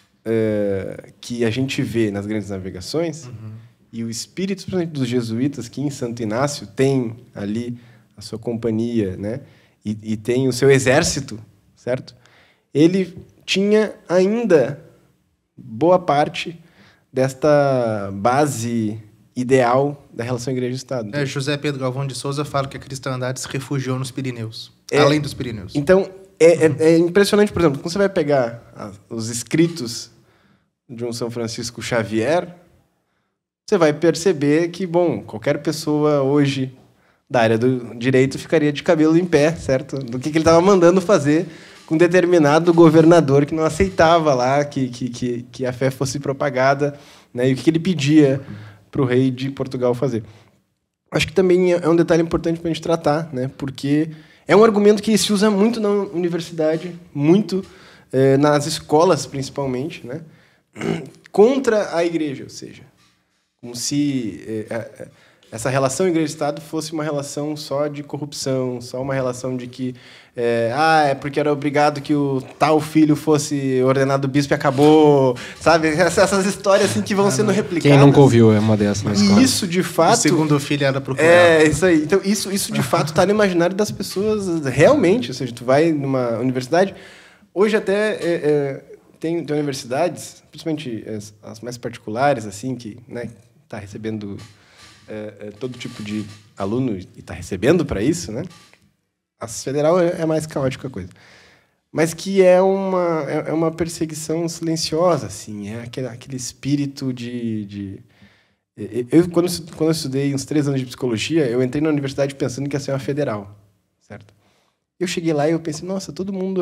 que a gente vê nas grandes navegações e o espírito, principalmente dos jesuítas, que em Santo Inácio tem ali a sua companhia, né, e tem o seu exército, certo? Ele tinha ainda boa parte desta base ideal da relação igreja-estado. José Pedro Galvão de Souza fala que a cristandade se refugiou nos Pirineus, além dos Pirineus. Então, é impressionante, por exemplo, quando você vai pegar os escritos de um São Francisco Xavier, você vai perceber que, bom, qualquer pessoa hoje da área do direito ficaria de cabelo em pé, certo? Do que ele estava mandando fazer com determinado governador que não aceitava lá que a fé fosse propagada, né? E o que ele pedia para o rei de Portugal fazer. Acho que também é um detalhe importante para a gente tratar, né? Porque é um argumento que se usa muito na universidade, muito nas escolas, principalmente, né? Contra a igreja, ou seja, como se essa relação igreja-estado fosse uma relação só de corrupção, só uma relação de que é porque era obrigado que o tal filho fosse ordenado bispo e acabou, sabe? Essas histórias assim que vão sendo replicadas. Quem nunca ouviu uma dessas na escola? E isso, de fato... O segundo filho era procurado. Isso aí. Então, isso de fato está no imaginário das pessoas realmente. Ou seja, tu vai numa universidade... Hoje até tem universidades, principalmente as mais particulares, assim, que, né, tá recebendo todo tipo de aluno e está recebendo para isso, né? A federal é mais caótica a coisa. Mas que é uma perseguição silenciosa, assim, é aquele espírito de... Quando eu estudei uns 3 anos de psicologia, eu entrei na universidade pensando que ia ser uma federal, certo? Eu cheguei lá e eu pensei, nossa, todo mundo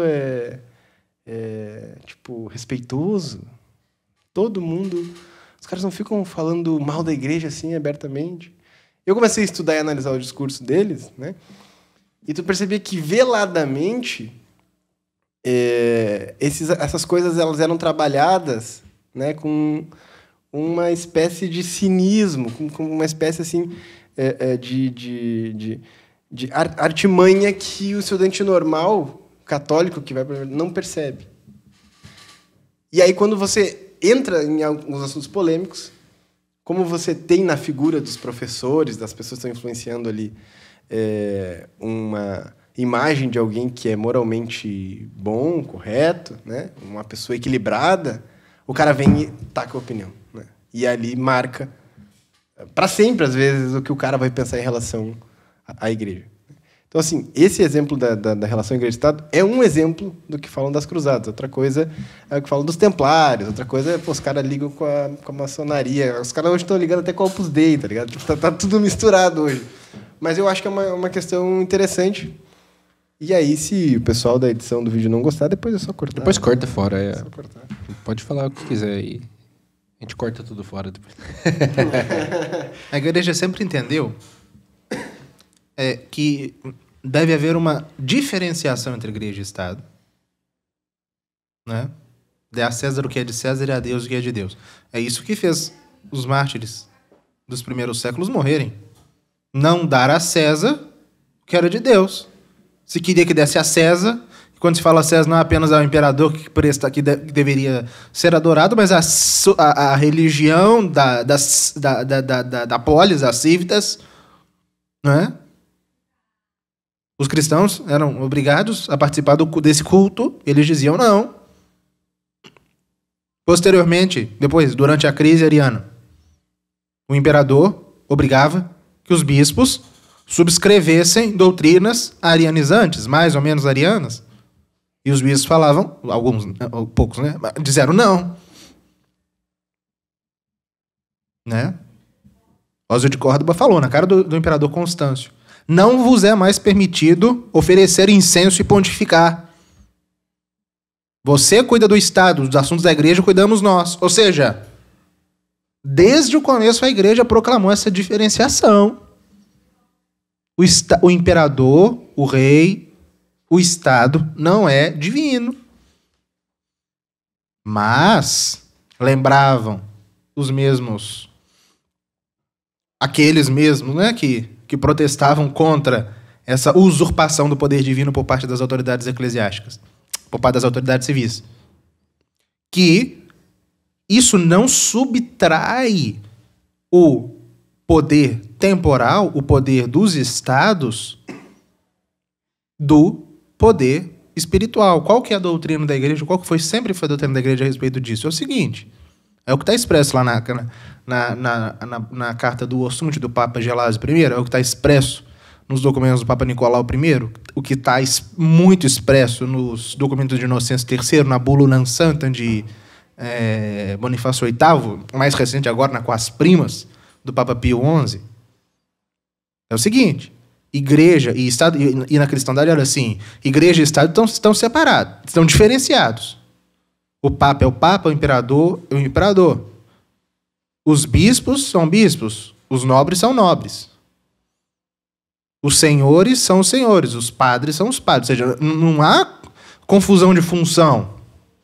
tipo, respeitoso. Todo mundo... Os caras não ficam falando mal da igreja assim abertamente. Eu comecei a estudar e analisar o discurso deles, né? E tu percebia que veladamente essas coisas elas eram trabalhadas, né, com uma espécie de cinismo, com uma espécie assim de artimanha que o estudante normal católico que vai não percebe. E aí quando você entra em alguns assuntos polêmicos, como você tem na figura dos professores, das pessoas que estão influenciando ali uma imagem de alguém que é moralmente bom, correto, né? Uma pessoa equilibrada, o cara vem e taca a opinião, né? E ali marca para sempre, às vezes, o que o cara vai pensar em relação à igreja. Então, assim, esse exemplo da relação igreja-estado é um exemplo do que falam das cruzadas. Outra coisa é o que falam dos templários. Outra coisa é, os caras ligam com a maçonaria. Os caras hoje estão ligando até com o Opus Dei, tá ligado? Tá tudo misturado hoje. Mas eu acho que é uma questão interessante. E aí, se o pessoal da edição do vídeo não gostar, depois é só cortar. Depois corta fora. É só cortar. Pode falar o que quiser aí. A gente corta tudo fora depois. A igreja sempre entendeu que deve haver uma diferenciação entre igreja e Estado, né? Dê a César o que é de César e a Deus o que é de Deus. É isso que fez os mártires dos primeiros séculos morrerem. Não dar a César o que era de Deus. Se queria que desse a César, quando se fala César não é apenas ao imperador que deveria ser adorado, mas a religião da polis, as cívitas, né? Os cristãos eram obrigados a participar desse culto. Eles diziam não. Posteriormente, depois, durante a crise ariana, o imperador obrigava que os bispos subscrevessem doutrinas arianizantes, mais ou menos arianas. E os bispos falavam, poucos, né? Disseram não. Né? Oswald de Córdoba falou na cara do imperador Constâncio: não vos é mais permitido oferecer incenso e pontificar. Você cuida do Estado, dos assuntos da igreja, cuidamos nós. Ou seja, desde o começo a igreja proclamou essa diferenciação. O imperador, o rei, o Estado não é divino. Mas lembravam os mesmos, aqueles mesmos, né, que protestavam contra essa usurpação do poder divino por parte das autoridades eclesiásticas, por parte das autoridades civis, que isso não subtrai o poder temporal, o poder dos estados, do poder espiritual. Qual que é a doutrina da igreja? Qual que sempre foi a doutrina da igreja a respeito disso? É o seguinte, é o que está expresso lá na carta do Assunte do Papa Gelásio I, é o que está expresso nos documentos do Papa Nicolau I, o que está muito expresso nos documentos de Inocêncio III, na bula Unam Sanctam de Bonifácio VIII, mais recente agora, na Quas Primas, do Papa Pio XI. É o seguinte, igreja e Estado, e na cristandade era assim, igreja e Estado estão separados, estão diferenciados. O Papa é o Papa, o Imperador é o Imperador. Os bispos são bispos, os nobres são nobres. Os senhores são os senhores, os padres são os padres. Ou seja, não há confusão de função.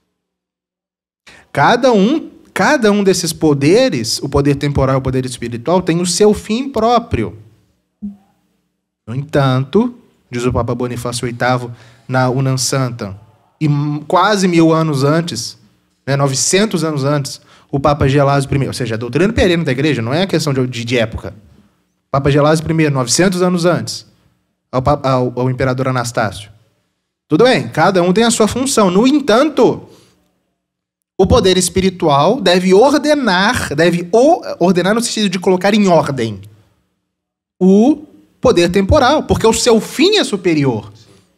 Cada um desses poderes, o poder temporal e o poder espiritual, tem o seu fim próprio. No entanto, diz o Papa Bonifácio VIII na Unam Sanctam, e quase 1000 anos antes, 900 anos antes, o Papa Gelásio I, ou seja, a doutrina perene da igreja, não é a questão de época. O Papa Gelásio I, 900 anos antes, ao imperador Anastácio. Tudo bem, cada um tem a sua função. No entanto, o poder espiritual deve ordenar no sentido de colocar em ordem o poder temporal, porque o seu fim é superior.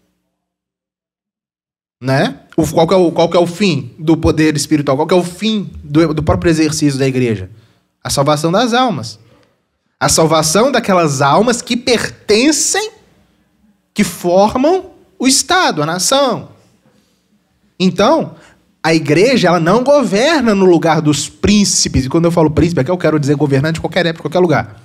Né? Qual que é o fim do poder espiritual? Qual que é o fim do próprio exercício da igreja? A salvação das almas. A salvação daquelas almas que pertencem, que formam o Estado, a nação. Então, a igreja ela não governa no lugar dos príncipes. E quando eu falo príncipe, é que eu quero dizer governante de qualquer época, qualquer lugar.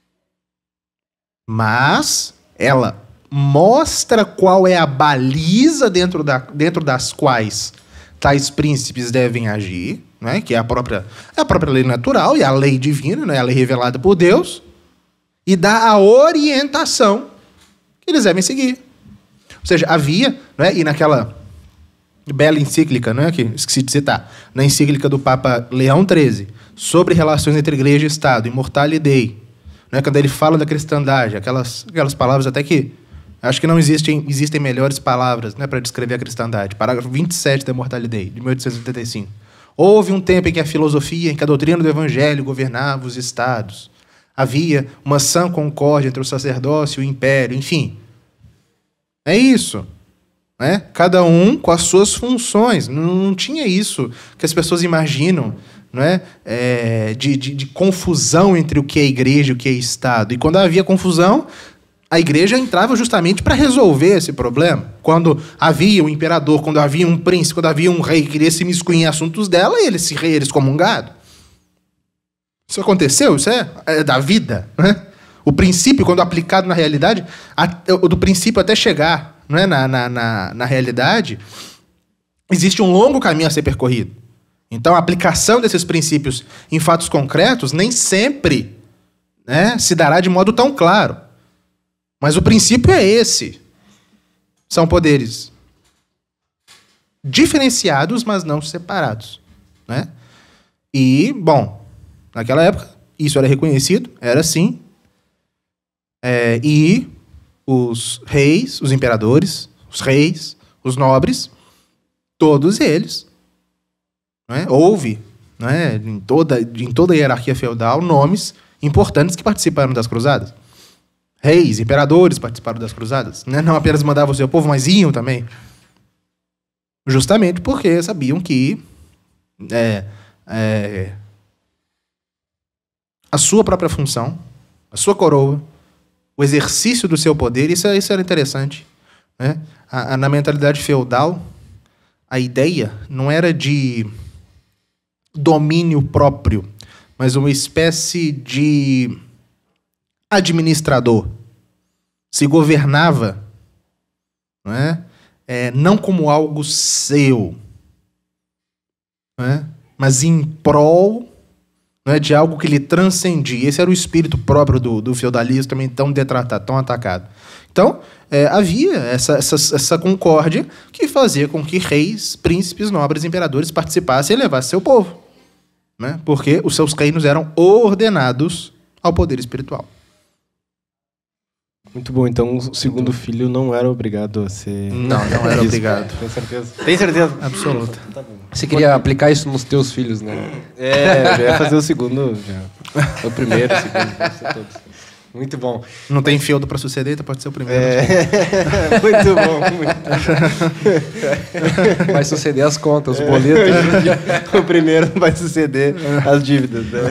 Mas ela mostra qual é a baliza dentro das quais tais príncipes devem agir, né? Que é a própria lei natural e a lei divina, né? A lei revelada por Deus, e dá a orientação que eles devem seguir. Ou seja, havia, né? E naquela bela encíclica, né? Que esqueci de citar, na encíclica do Papa Leão XIII, sobre relações entre igreja e Estado, Immortale Dei, né? Quando ele fala da cristandade, aquelas palavras até que acho que não existem melhores palavras, né, para descrever a cristandade. Parágrafo 27 da Immortale Dei, de 1885. Houve um tempo em que a filosofia, em que a doutrina do evangelho governava os estados. Havia uma sã concórdia entre o sacerdócio e o império, enfim. É isso. Né? Cada um com as suas funções. Não tinha isso que as pessoas imaginam, né, de confusão entre o que é igreja e o que é Estado. E quando havia confusão, a igreja entrava justamente para resolver esse problema. Quando havia um imperador, quando havia um príncipe, quando havia um rei que queria se imiscuir em assuntos dela, e esse rei era excomungado. Isso aconteceu? Isso é da vida. Né? O princípio, quando aplicado na realidade, do princípio até chegar, né, na realidade, existe um longo caminho a ser percorrido. Então, a aplicação desses princípios em fatos concretos nem sempre, né, se dará de modo tão claro. Mas o princípio é esse. São poderes diferenciados, mas não separados. Né? E, bom, naquela época, isso era reconhecido, era assim. E os reis, os imperadores, os reis, os nobres, todos eles, né, houve, né, em toda a hierarquia feudal, nomes importantes que participaram das cruzadas. Reis, imperadores participaram das cruzadas. Né? Não apenas mandavam o seu povo, mas iam também. Justamente porque sabiam que a sua própria função, a sua coroa, o exercício do seu poder, isso era interessante. Né? Na mentalidade feudal, a ideia não era de domínio próprio, mas uma espécie de administrador. Se governava, não é, não como algo seu, né? Mas em prol, né, de algo que lhe transcendia. Esse era o espírito próprio do feudalismo, também tão detratado, tão atacado. Então, havia essa concórdia que fazia com que reis, príncipes, nobres, imperadores participassem e levassem seu povo, né? Porque os seus reinos eram ordenados ao poder espiritual. Muito bom. Então, o segundo filho não era obrigado a ser... Não era obrigado. Tem certeza? Tem certeza? Absoluta. Tá bom. Você queria aplicar isso nos teus filhos, né? Eu já ia fazer o segundo. Já. O primeiro, o segundo, pode ser todos. Muito bom. Não tem feudo para suceder, então pode ser o primeiro. Muito bom. Vai suceder as contas, os boletos. O primeiro vai suceder as dívidas. Né?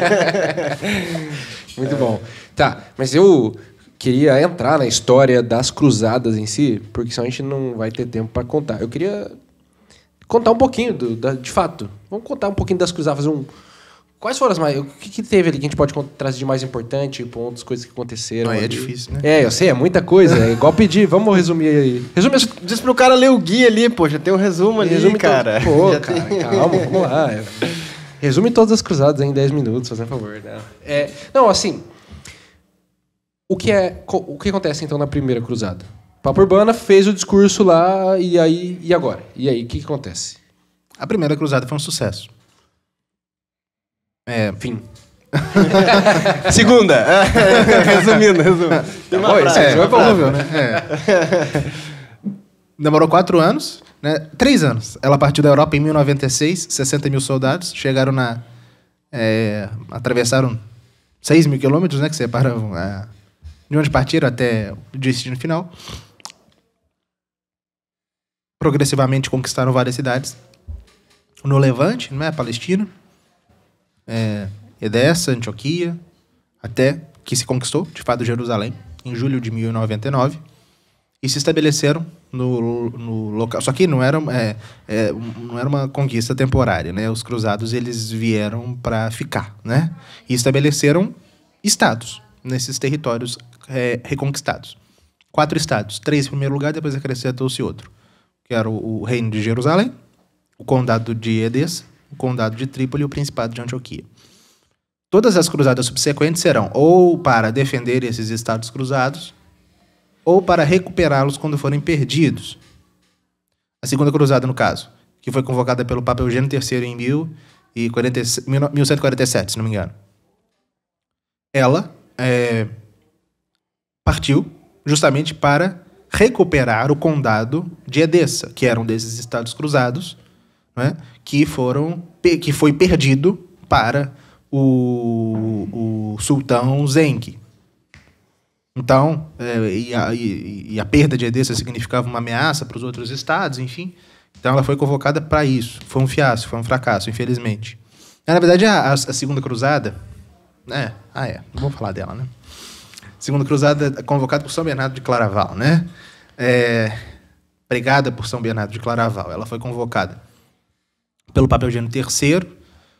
Muito bom. Tá, mas eu queria entrar na história das cruzadas em si, porque senão a gente não vai ter tempo para contar. Eu queria contar um pouquinho, de fato. Vamos contar um pouquinho das cruzadas, fazer quais foram as mais... O que teve ali que a gente pode trazer de mais importante, pontos, coisas que aconteceram? É difícil, né? Eu sei, é muita coisa. É igual pedir, vamos resumir aí. Diz pro cara ler o guia ali, pô, já tem um resumo ali, Resume cara. Pô, cara, calma, vamos lá. Resume todas as cruzadas em 10 minutos, fazendo favor. Né? Não, assim... O que acontece, então, na primeira cruzada? Papa Urbana fez o discurso lá, e agora? E aí, o que acontece? A primeira cruzada foi um sucesso. Fim. Segunda. Resumindo. Óbvio, né? Demorou 4 anos, né? 3 anos. Ela partiu da Europa em 1096, 60 mil soldados, chegaram atravessaram 6 mil quilômetros, né? Que separavam de onde partiram até o destino final. Progressivamente conquistaram várias cidades no Levante, não é? Palestina, Edessa, Antioquia, até que se conquistou, de fato, Jerusalém, em julho de 1099, e se estabeleceram no local. Só que não era uma conquista temporária, né? Os cruzados, eles vieram para ficar, né? E estabeleceram estados nesses territórios reconquistados. 4 estados, 3 em primeiro lugar, depois acrescentou-se outro, que era o reino de Jerusalém, o condado de Edessa, o condado de Trípoli e o principado de Antioquia. Todas as cruzadas subsequentes serão ou para defender esses estados cruzados, ou para recuperá-los quando forem perdidos. A segunda cruzada, no caso, que foi convocada pelo Papa Eugênio III em 1147, se não me engano. Ela partiu justamente para recuperar o condado de Edessa, que era um desses estados cruzados, né, que foi perdido para o sultão Zengi. Então, a perda de Edessa significava uma ameaça para os outros estados, enfim. Então ela foi convocada para isso. Foi um fiasco, foi um fracasso, infelizmente. Na verdade, a segunda cruzada... não vamos falar dela, né? Segunda cruzada é convocada por São Bernardo de Claraval, né? Pregada por São Bernardo de Claraval. Ela foi convocada pelo Papa Eugênio III,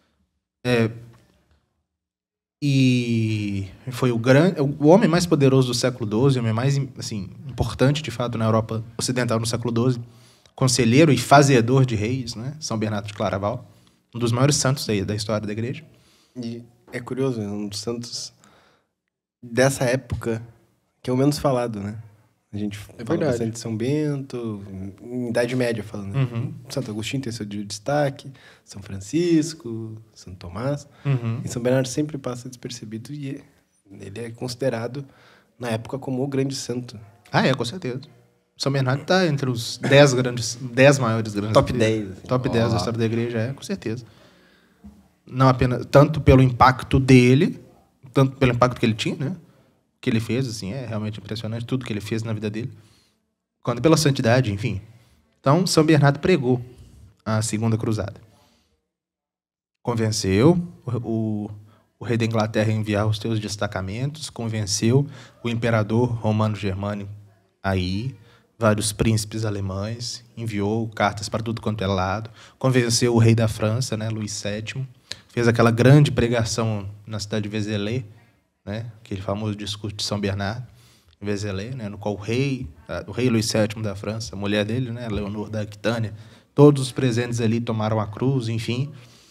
e foi o homem mais poderoso do século XII, o homem mais importante, de fato, na Europa Ocidental no século XII, conselheiro e fazedor de reis, né? São Bernardo de Claraval, um dos maiores santos da história da igreja. E é curioso, um dos santos dessa época que é o menos falado, né? A gente fala bastante de São Bento, em Idade Média falando. Né? Santo Agostinho tem seu destaque, São Francisco, Santo Tomás. E São Bernardo sempre passa despercebido e ele é considerado, na época, como o grande santo. Com certeza. São Bernardo está entre os 10 maiores grandes... Top 10. Assim. Top 10 da história da igreja, com certeza. Não apenas... Tanto pelo impacto dele, tanto pelo impacto que ele tinha, né? Que ele fez, é realmente impressionante tudo que ele fez na vida dele, quanto pela santidade, enfim. Então, São Bernardo pregou a segunda cruzada. Convenceu o rei da Inglaterra a enviar os seus destacamentos, convenceu o imperador romano-germânico a ir, vários príncipes alemães, enviou cartas para tudo quanto é lado, convenceu o rei da França, né, Luís VII, fez aquela grande pregação na cidade de Vézelay, né? Aquele famoso discurso de São Bernardo. Vézelay, né, no qual o rei Luís VII da França, a mulher dele, né, Leonor da Aquitânia, todos os presentes ali tomaram a cruz, enfim.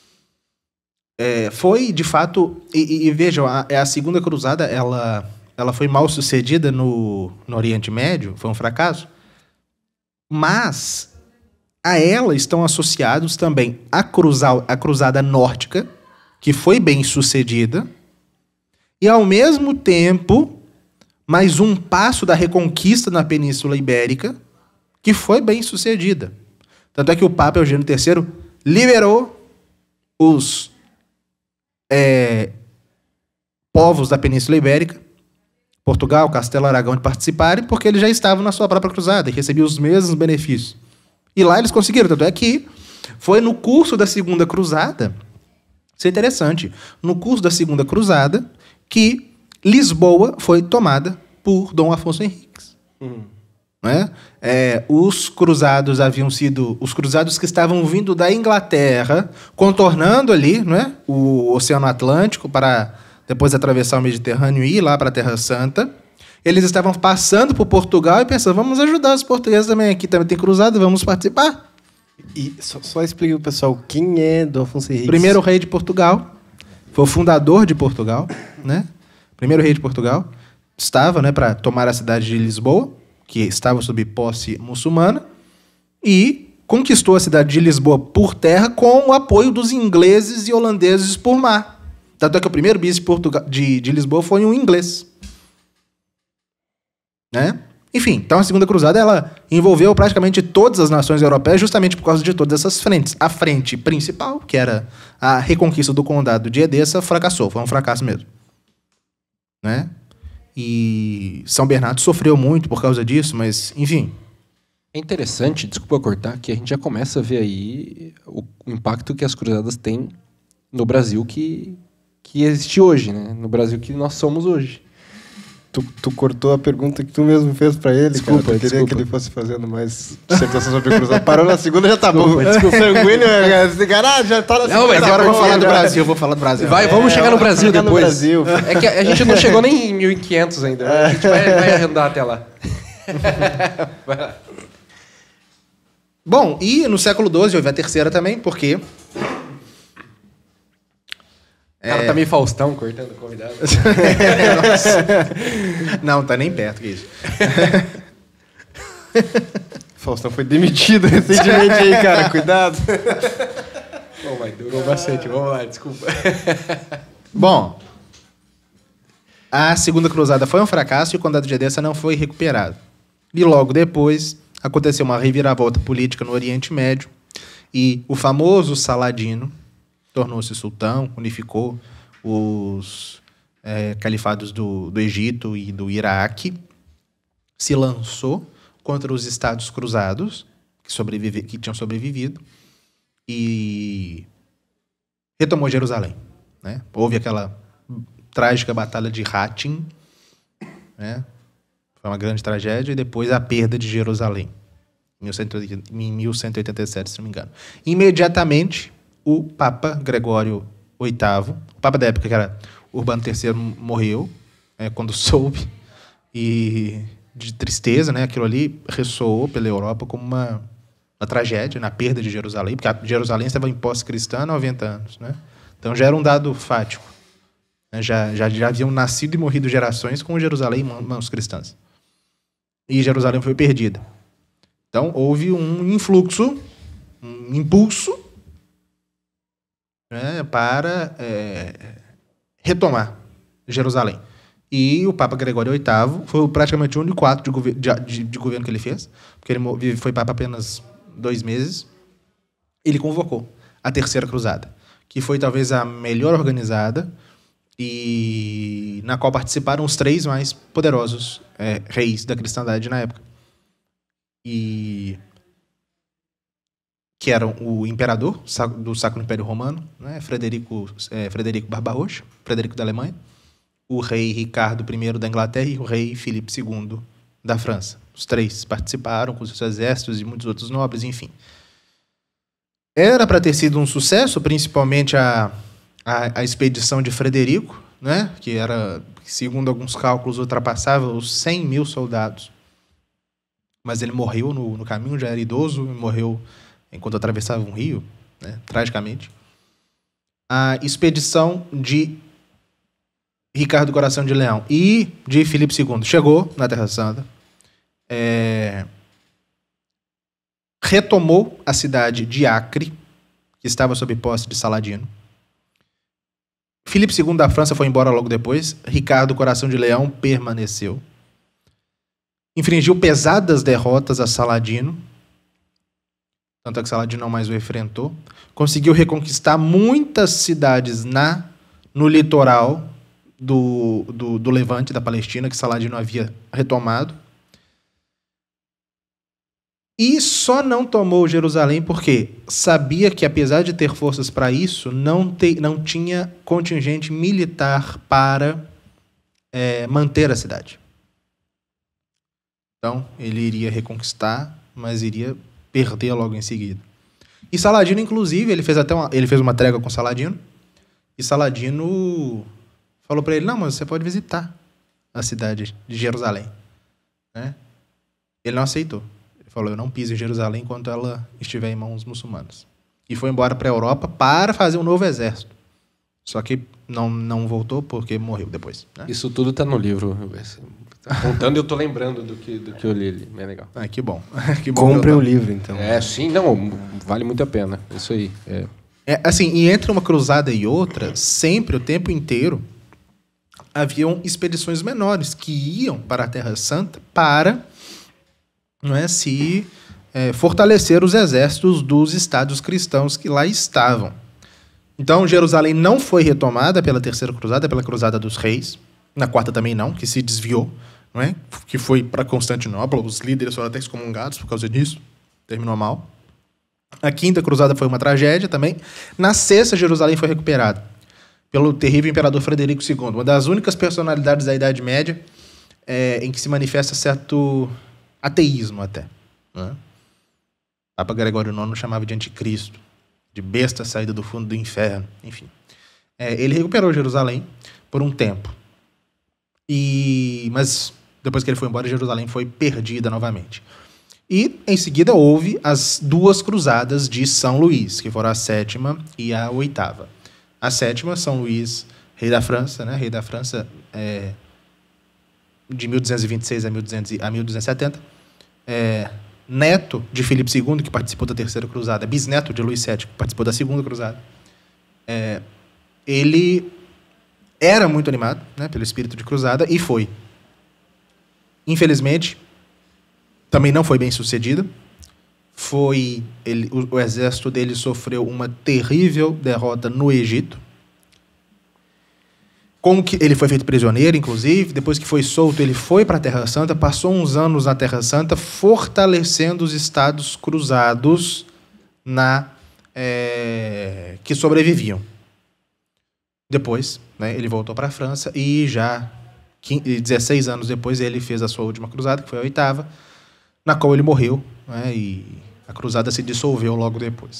Foi, de fato... E vejam, a Segunda Cruzada, ela foi mal sucedida no Oriente Médio, foi um fracasso, mas a ela estão associados também a Cruzada Nórdica, que foi bem sucedida, e, ao mesmo tempo, mais um passo da reconquista na Península Ibérica, que foi bem sucedida. Tanto é que o Papa Eugênio III liberou os povos da Península Ibérica, Portugal, Castelo Aragão, de participarem, porque eles já estavam na sua própria cruzada e recebiam os mesmos benefícios. E lá eles conseguiram. Tanto é que foi no curso da Segunda Cruzada, isso é interessante, no curso da Segunda Cruzada, que Lisboa foi tomada por Dom Afonso Henriques. Né? Os cruzados haviam sido... Os cruzados que estavam vindo da Inglaterra, contornando ali, né, o Oceano Atlântico, para depois atravessar o Mediterrâneo e ir lá para a Terra Santa. Eles estavam passando por Portugal e pensando, vamos ajudar os portugueses também. Aqui também tem cruzado, vamos participar. E só explica o pessoal, quem é Dom Afonso Henriques? Primeiro rei de Portugal. Foi o fundador de Portugal, né? Primeiro rei de Portugal. Estava, né, para tomar a cidade de Lisboa, que estava sob posse muçulmana, e conquistou a cidade de Lisboa por terra com o apoio dos ingleses e holandeses por mar. Tanto é que o primeiro bispo de Lisboa foi um inglês. Né? Enfim, então a Segunda Cruzada ela envolveu praticamente todas as nações europeias justamente por causa de todas essas frentes. A frente principal, que era a reconquista do condado de Edessa, fracassou. Foi um fracasso mesmo. Né? E São Bernardo sofreu muito por causa disso, mas, enfim. É interessante, desculpa cortar, que a gente já começa a ver aí o impacto que as cruzadas têm no Brasil que existe hoje, né? No Brasil que nós somos hoje. Tu cortou a pergunta que tu mesmo fez pra ele, desculpa, cara. Eu queria desculpa. que ele fosse fazendo mais dissertação sobre cruzada. Parou na segunda, já tá bom. Desculpa. Sanguíneo, cara, já tá na segunda. Não, mas Agora eu vou falar do Brasil, Vamos chegar no Brasil chegar depois. no Brasil. É que a gente não chegou nem em 1500 ainda. A gente vai arrendar até lá. Vai lá. Bom, e no século XII houve a terceira também, porque... O cara tá meio Faustão cortando o convidado. Não, tá nem perto que isso. Faustão foi demitido recentemente aí, cara. Cuidado. Oh, mas durou bastante. Vamos lá, desculpa. Bom, a Segunda Cruzada foi um fracasso e o Condado de Edessa não foi recuperado. E logo depois aconteceu uma reviravolta política no Oriente Médio e o famoso Saladino tornou-se sultão, unificou os califados do Egito e do Iraque, se lançou contra os estados cruzados que tinham sobrevivido e retomou Jerusalém. Né? Houve aquela trágica batalha de Hattin, né? Foi uma grande tragédia, e depois a perda de Jerusalém, em 1187, se não me engano. Imediatamente, o Papa Gregório VIII, o Papa da época, que era Urbano III, morreu, quando soube, e de tristeza, né, aquilo ali ressoou pela Europa como uma tragédia, na perda de Jerusalém, porque Jerusalém estava em posse cristã há 90 anos. Né? Então já era um dado fático. Né? Já haviam nascido e morrido gerações com Jerusalém em mãos cristãs. E Jerusalém foi perdida. Então houve um influxo, um impulso, né, para retomar Jerusalém. E o Papa Gregório VIII foi praticamente o único ato de governo que ele fez, porque ele foi Papa apenas 2 meses. Ele convocou a Terceira Cruzada, que foi talvez a melhor organizada e na qual participaram os 3 mais poderosos reis da cristandade na época. E que eram o imperador do Sacro Império Romano, né, Frederico Barbarroja, Frederico da Alemanha, o rei Ricardo I da Inglaterra e o rei Filipe II da França. Os 3 participaram com seus exércitos e muitos outros nobres, enfim. Era para ter sido um sucesso, principalmente a expedição de Frederico, né? Que era, segundo alguns cálculos, ultrapassava os 100 mil soldados. Mas ele morreu no caminho, já era idoso, morreu enquanto atravessava um rio, né? Tragicamente. A expedição de Ricardo Coração de Leão e de Filipe II chegou na Terra Santa, retomou a cidade de Acre, que estava sob posse de Saladino. Filipe II da França foi embora logo depois. Ricardo Coração de Leão permaneceu. Infligiu pesadas derrotas a Saladino, tanto é que Saladino não mais o enfrentou. Conseguiu reconquistar muitas cidades no litoral do Levante, da Palestina, que Saladino havia retomado. E só não tomou Jerusalém porque sabia que, apesar de ter forças para isso, não tinha contingente militar para manter a cidade. Então, ele iria reconquistar, mas iria perder logo em seguida. E Saladino, inclusive, ele fez uma trégua com Saladino, e Saladino falou para ele: não, mas você pode visitar a cidade de Jerusalém. Né? Ele não aceitou. Ele falou: eu não piso em Jerusalém enquanto ela estiver em mãos muçulmanas. E foi embora para a Europa para fazer um novo exército. Só que não voltou porque morreu depois. Né? Isso tudo está no livro. Contando, eu tô lembrando do que eu li ali. É legal. Que bom. Que bom. Compre o livro, então. Sim, não, vale muito a pena. Isso aí. Assim, e entre uma cruzada e outra, sempre, o tempo inteiro, haviam expedições menores que iam para a Terra Santa para fortalecer os exércitos dos estados cristãos que lá estavam. Então, Jerusalém não foi retomada pela Terceira Cruzada, pela Cruzada dos Reis. Na Quarta também não, que se desviou, não é? Que foi para Constantinopla. Os líderes foram até excomungados por causa disso. Terminou mal. A Quinta Cruzada foi uma tragédia também. Na Sexta, Jerusalém foi recuperada pelo terrível imperador Frederico II, uma das únicas personalidades da Idade Média em que se manifesta certo ateísmo até. Né? Papa Gregório IX chamava de anticristo, de besta saída do fundo do inferno, enfim. Ele recuperou Jerusalém por um tempo. Mas depois que ele foi embora, Jerusalém foi perdida novamente. E, em seguida, houve as duas cruzadas de São Luís, que foram a 7ª e a 8ª. A 7ª, São Luís, rei da França, né? Rei da França de 1226 a 1270. Neto de Filipe II, que participou da Terceira Cruzada, bisneto de Luís VII, que participou da Segunda Cruzada. Ele era muito animado, né, pelo espírito de cruzada e foi. Infelizmente, também não foi bem sucedido. O exército dele sofreu uma terrível derrota no Egito. Como que ele foi feito prisioneiro, inclusive, depois que foi solto, ele foi para a Terra Santa, passou uns anos na Terra Santa, fortalecendo os estados cruzados que sobreviviam. Depois, né, ele voltou para a França e já 16 anos depois ele fez a sua última cruzada, que foi a 8ª, na qual ele morreu, né, e a cruzada se dissolveu logo depois.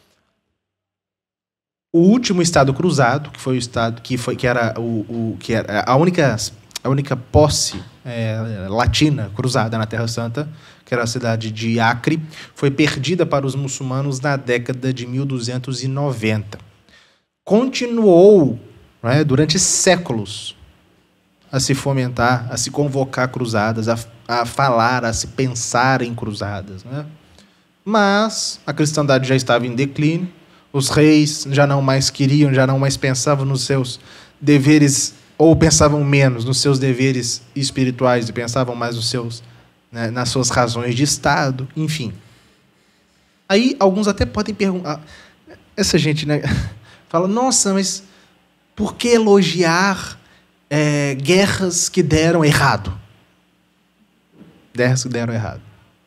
O último estado cruzado, que foi o estado que era a única posse latina cruzada na Terra Santa, que era a cidade de Acre, foi perdida para os muçulmanos na década de 1290. Continuou, né, durante séculos a se fomentar, a se convocar cruzadas, a falar, a se pensar em cruzadas. Né? Mas a cristandade já estava em declínio, os reis já não mais queriam, já não mais pensavam nos seus deveres, ou pensavam menos nos seus deveres espirituais e pensavam mais nas suas razões de Estado, enfim. Aí alguns até podem perguntar, essa gente, né, fala: nossa, mas por que elogiar guerras que deram errado? Guerras que deram errado.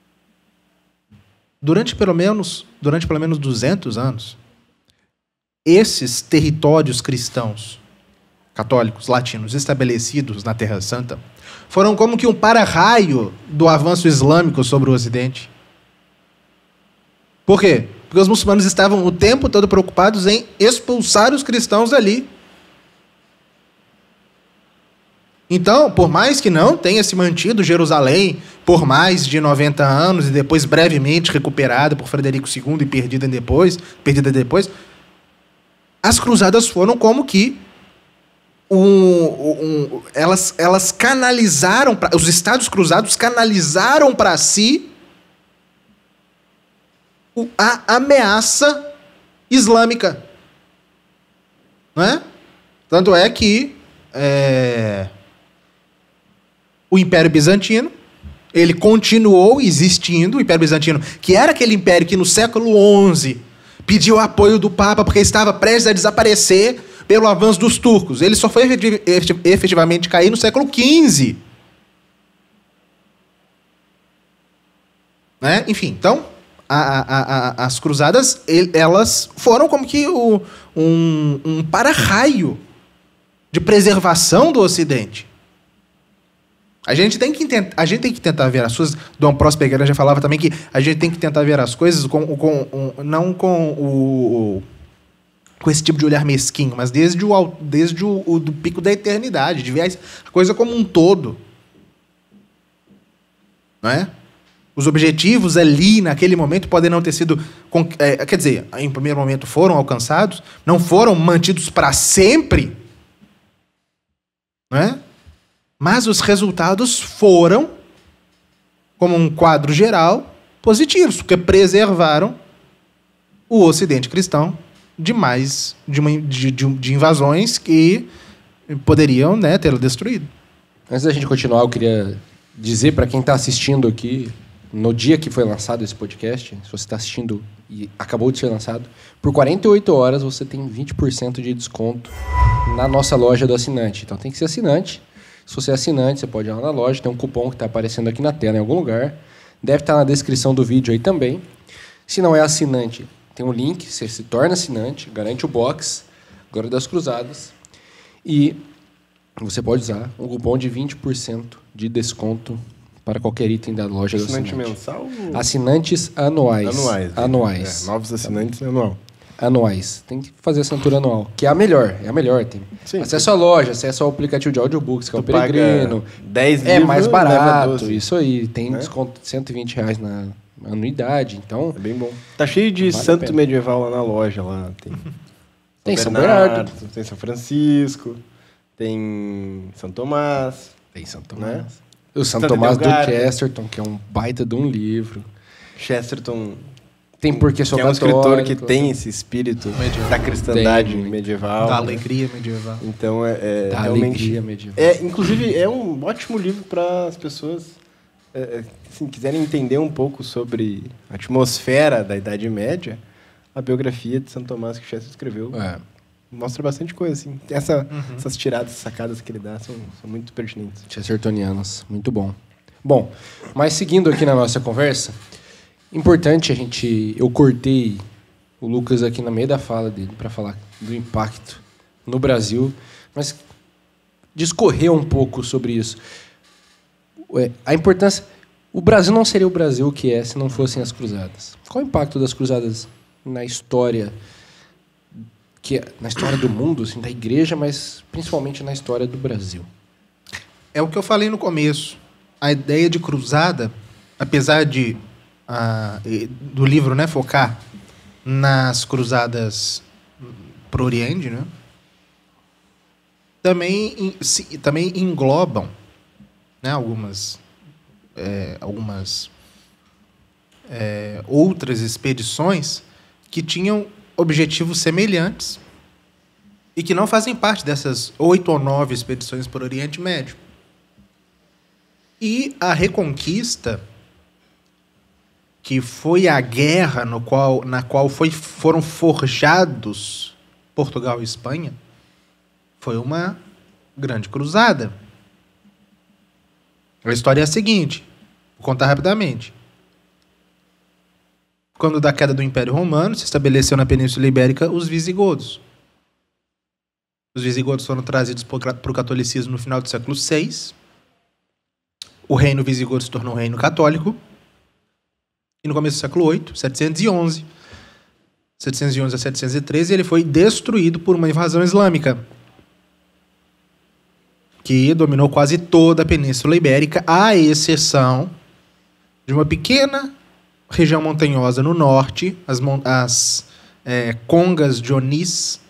Durante pelo menos 200 anos, esses territórios cristãos, católicos, latinos, estabelecidos na Terra Santa, foram como que um para-raio do avanço islâmico sobre o Ocidente. Por quê? Porque os muçulmanos estavam o tempo todo preocupados em expulsar os cristãos dali. Então, por mais que não tenha se mantido Jerusalém por mais de 90 anos e depois brevemente recuperada por Frederico II e perdida depois, as cruzadas foram como que elas canalizaram, os Estados Cruzados canalizaram para si a ameaça islâmica. Não é? Tanto é que o Império Bizantino, ele continuou existindo, o Império Bizantino, que era aquele império que no século XI pediu apoio do Papa porque estava prestes a desaparecer pelo avanço dos turcos. Ele só foi efetivamente cair no século XV. Né? Enfim, então, as cruzadas, elas foram como que um para-raio de preservação do Ocidente. A gente tem que tentar ver as coisas. Dom Próspero já falava também que a gente tem que tentar ver as coisas não com esse tipo de olhar mesquinho, mas desde o do pico da eternidade, de ver a coisa como um todo. Não é? Os objetivos ali, naquele momento, podem não ter sido... quer dizer, em primeiro momento foram alcançados, não foram mantidos para sempre, não é? Mas os resultados foram, como um quadro geral, positivos, porque preservaram o Ocidente cristão de invasões que poderiam, né, tê-lo destruído. Antes da gente continuar, eu queria dizer para quem está assistindo aqui, no dia que foi lançado esse podcast, se você está assistindo e acabou de ser lançado, por 48 horas você tem 20% de desconto na nossa loja do assinante. Então tem que ser assinante. Se você é assinante, você pode ir lá na loja, tem um cupom que está aparecendo aqui na tela em algum lugar. Deve estar na descrição do vídeo aí também. Se não é assinante, tem um link, você se torna assinante, garante o box, Glória das Cruzadas. E você pode usar um cupom de 20% de desconto para qualquer item da loja do assinante. Assinante mensal? Assinantes anuais. Anuais. Novos assinantes anual. Anuais. Tem que fazer assinatura anual, que é a melhor. Tem acesso à loja, acesso ao aplicativo de audiobooks, que é o Peregrino. 10 livros, mais barato. Isso aí. Tem desconto de R$120 na anuidade, então... É bem bom. Tá cheio de santo medieval lá na loja. Lá. Tem São Bernardo. Tem São Francisco. Tem São Tomás. Tem São Tomás. Né? O São Tomás do Chesterton, que é um baita de um livro. Chesterton... Tem Porque Sou Católico. É um escritor que tem esse espírito medieval. Da cristandade medieval. Da alegria medieval. Então, da realmente... alegria medieval. Inclusive, é um ótimo livro para as pessoas assim, quiserem entender um pouco sobre a atmosfera da Idade Média. A biografia de São Tomás que Chester escreveu mostra bastante coisa. Assim. Essas tiradas, sacadas que ele dá são muito pertinentes. Chestertonianas. Muito bom. Bom, mas seguindo aqui na nossa conversa... Importante eu cortei o Lucas aqui no meio da fala dele para falar do impacto no Brasil, mas discorrer um pouco sobre isso. A importância... O Brasil não seria o Brasil que é se não fossem as cruzadas. Qual o impacto das cruzadas na história, na história do mundo, assim, da igreja, mas principalmente na história do Brasil? É o que eu falei no começo. A ideia de cruzada, apesar do livro, né, focar nas cruzadas para o Oriente, né, também englobam, né, algumas outras expedições que tinham objetivos semelhantes e que não fazem parte dessas 8 ou 9 expedições para o Oriente Médio. E a Reconquista, que foi a guerra na qual foram forjados Portugal e Espanha, foi uma grande cruzada. A história é a seguinte, vou contar rapidamente. Quando da queda do Império Romano, se estabeleceu na Península Ibérica os visigodos. Os visigodos foram trazidos para o catolicismo no final do século VI. O reino visigodo se tornou um reino católico. E no começo do século VIII, 711 a 713, ele foi destruído por uma invasão islâmica, que dominou quase toda a Península Ibérica, à exceção de uma pequena região montanhosa no norte, as Congas de Onís,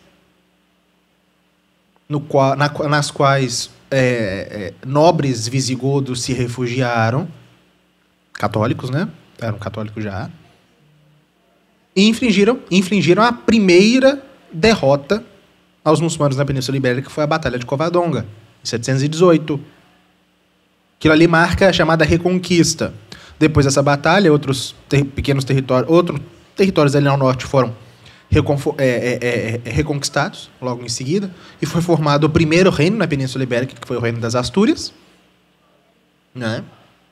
nas quais nobres visigodos se refugiaram, católicos, né? Eram católicos já, e infligiram a primeira derrota aos muçulmanos na Península Ibérica, que foi a Batalha de Covadonga, em 718. Aquilo ali marca a chamada Reconquista. Depois dessa batalha, outros territórios ali ao norte foram reconquistados logo em seguida, e foi formado o primeiro reino na Península Ibérica, que foi o Reino das Astúrias, né?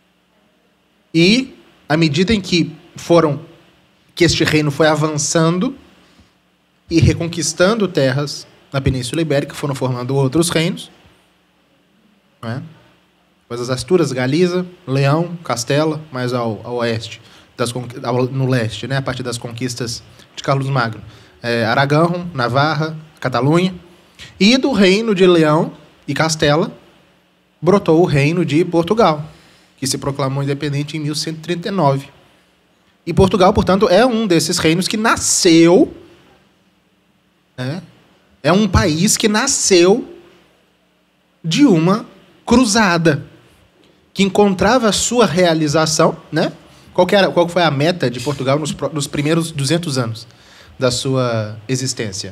E à medida em que este reino foi avançando e reconquistando terras na Península Ibérica, foram formando outros reinos, né? Depois as Astúrias, Galiza, Leão, Castela, mais ao oeste, no leste, né? A partir das conquistas de Carlos Magno. Aragão, Navarra, Catalunha. E do reino de Leão e Castela brotou o reino de Portugal, que se proclamou independente em 1139. E Portugal, portanto, é um desses reinos que nasceu, né? É um país que nasceu de uma cruzada, que encontrava a sua realização, né? Qual foi a meta de Portugal nos primeiros 200 anos da sua existência?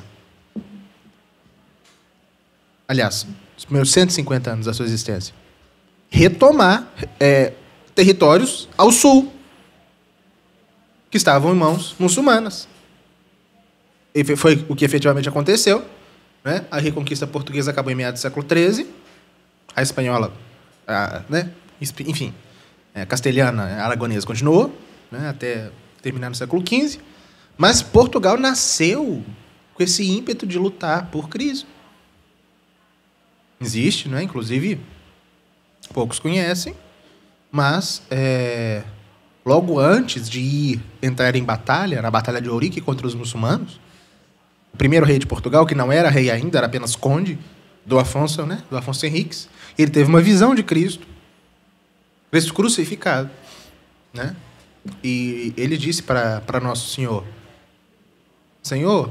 Aliás, os primeiros 150 anos da sua existência. Retomar territórios ao sul, que estavam em mãos muçulmanas. E foi o que efetivamente aconteceu, né? A Reconquista Portuguesa acabou em meados do século XIII, a espanhola, né? Enfim, castelhana, aragonesa continuou, né? Até terminar no século XV, mas Portugal nasceu com esse ímpeto de lutar por Cristo. Existe, né? Inclusive, poucos conhecem, mas logo antes de entrar em batalha, na Batalha de Ourique contra os muçulmanos, o primeiro rei de Portugal, que não era rei ainda, era apenas conde, do Afonso, né? Do Afonso Henriques, ele teve uma visão de Cristo crucificado, né? E ele disse para Nosso Senhor, Senhor,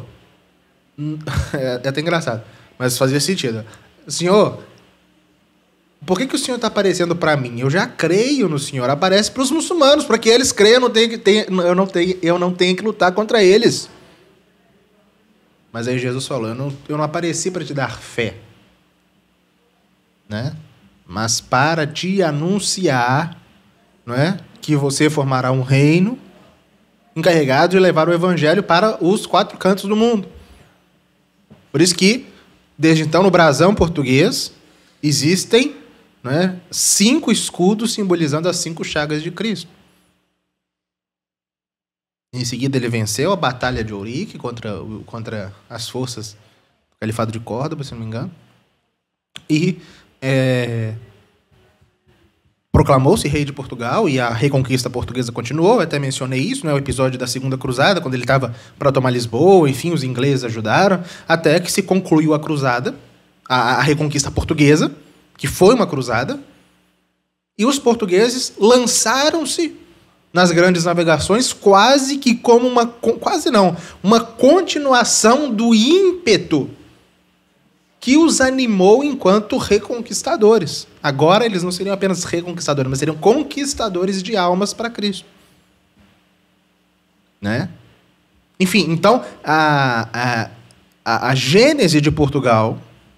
é até engraçado, mas fazia sentido. Senhor, por que o Senhor está aparecendo para mim? Eu já creio no Senhor. Aparece para os muçulmanos, para que eles creiam, eu não tenho que lutar contra eles. Mas aí Jesus falou, eu não apareci para te dar fé, né? Mas para te anunciar, não é? Que você formará um reino encarregado de levar o evangelho para os 4 cantos do mundo. Por isso que, desde então, no brasão português, existem, não é, 5 escudos simbolizando as 5 chagas de Cristo. Em seguida, ele venceu a Batalha de Ourique contra as forças do Califado de Córdoba, se não me engano. E proclamou-se rei de Portugal e a reconquista portuguesa continuou. Eu até mencionei isso, né? O episódio da Segunda Cruzada, quando ele estava para tomar Lisboa, enfim, os ingleses ajudaram, até que se concluiu a cruzada, a reconquista portuguesa, que foi uma cruzada, e os portugueses lançaram-se nas grandes navegações quase que como uma continuação do ímpeto que os animou enquanto reconquistadores. Agora eles não seriam apenas reconquistadores, mas seriam conquistadores de almas para Cristo, né? Enfim, então a gênese de Portugal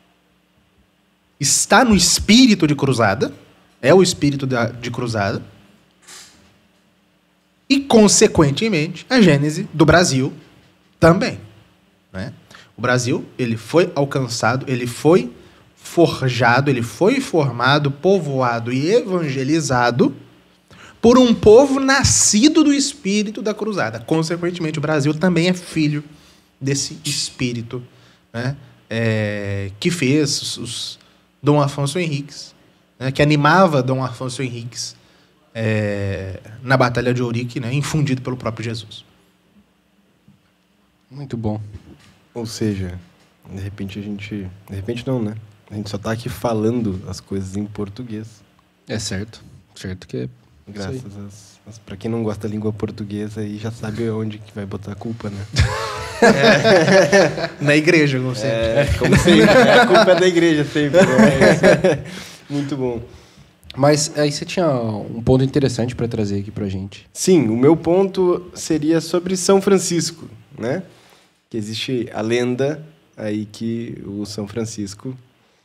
está no espírito de cruzada, é o espírito de cruzada, e, consequentemente, a gênese do Brasil também, né? O Brasil, ele foi alcançado, ele foi forjado, ele foi formado, povoado e evangelizado por um povo nascido do espírito da cruzada. Consequentemente, o Brasil também é filho desse espírito, né? Que fez Dom Afonso Henriques, né? Que animava Dom Afonso Henriques na Batalha de Ourique, né? Infundido pelo próprio Jesus. Muito bom. Ou seja, de repente não, né? A gente só tá aqui falando as coisas em português. É certo. Certo que é... Graças pra quem não gosta da língua portuguesa aí já sabe onde que vai botar a culpa, né? Na igreja, como sempre. Como sempre. A culpa é da igreja sempre. Né? Muito bom. Mas aí você tinha um ponto interessante para trazer aqui pra gente. Sim, o meu ponto seria sobre São Francisco, né? Que existe a lenda aí que o São Francisco,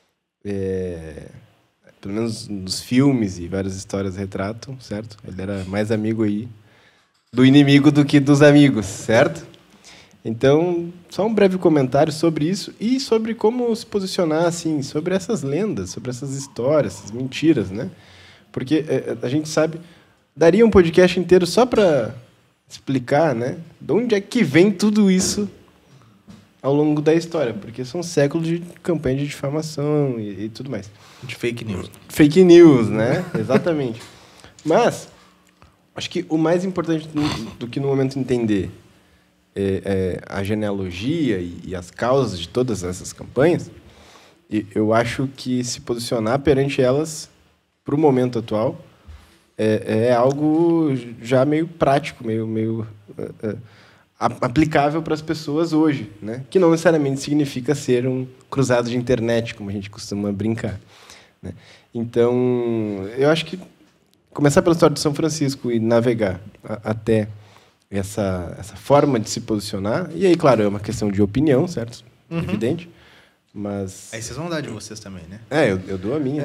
pelo menos nos filmes e várias histórias retratam, certo? Ele era mais amigo aí do inimigo do que dos amigos, certo? Então, só um breve comentário sobre isso e sobre como se posicionar, assim, sobre essas lendas, sobre essas histórias, essas mentiras, né? Porque a gente sabe... Daria um podcast inteiro só para explicar, né? De onde é que vem tudo isso ao longo da história. Porque são séculos de campanha de difamação e tudo mais. De fake news. Fake news, né? Exatamente. Mas, acho que o mais importante do que no momento entender a genealogia e as causas de todas essas campanhas, eu acho que se posicionar perante elas, para o momento atual, é algo já meio prático, meio aplicável para as pessoas hoje, né? Que não necessariamente significa ser um cruzado de internet, como a gente costuma brincar, né? Então, eu acho que começar pela história de São Francisco e navegar até essa forma de se posicionar, e aí, claro, é uma questão de opinião, certo? Uhum. Evidente, mas... Aí vocês vão dar de vocês também, né? Eu dou a minha.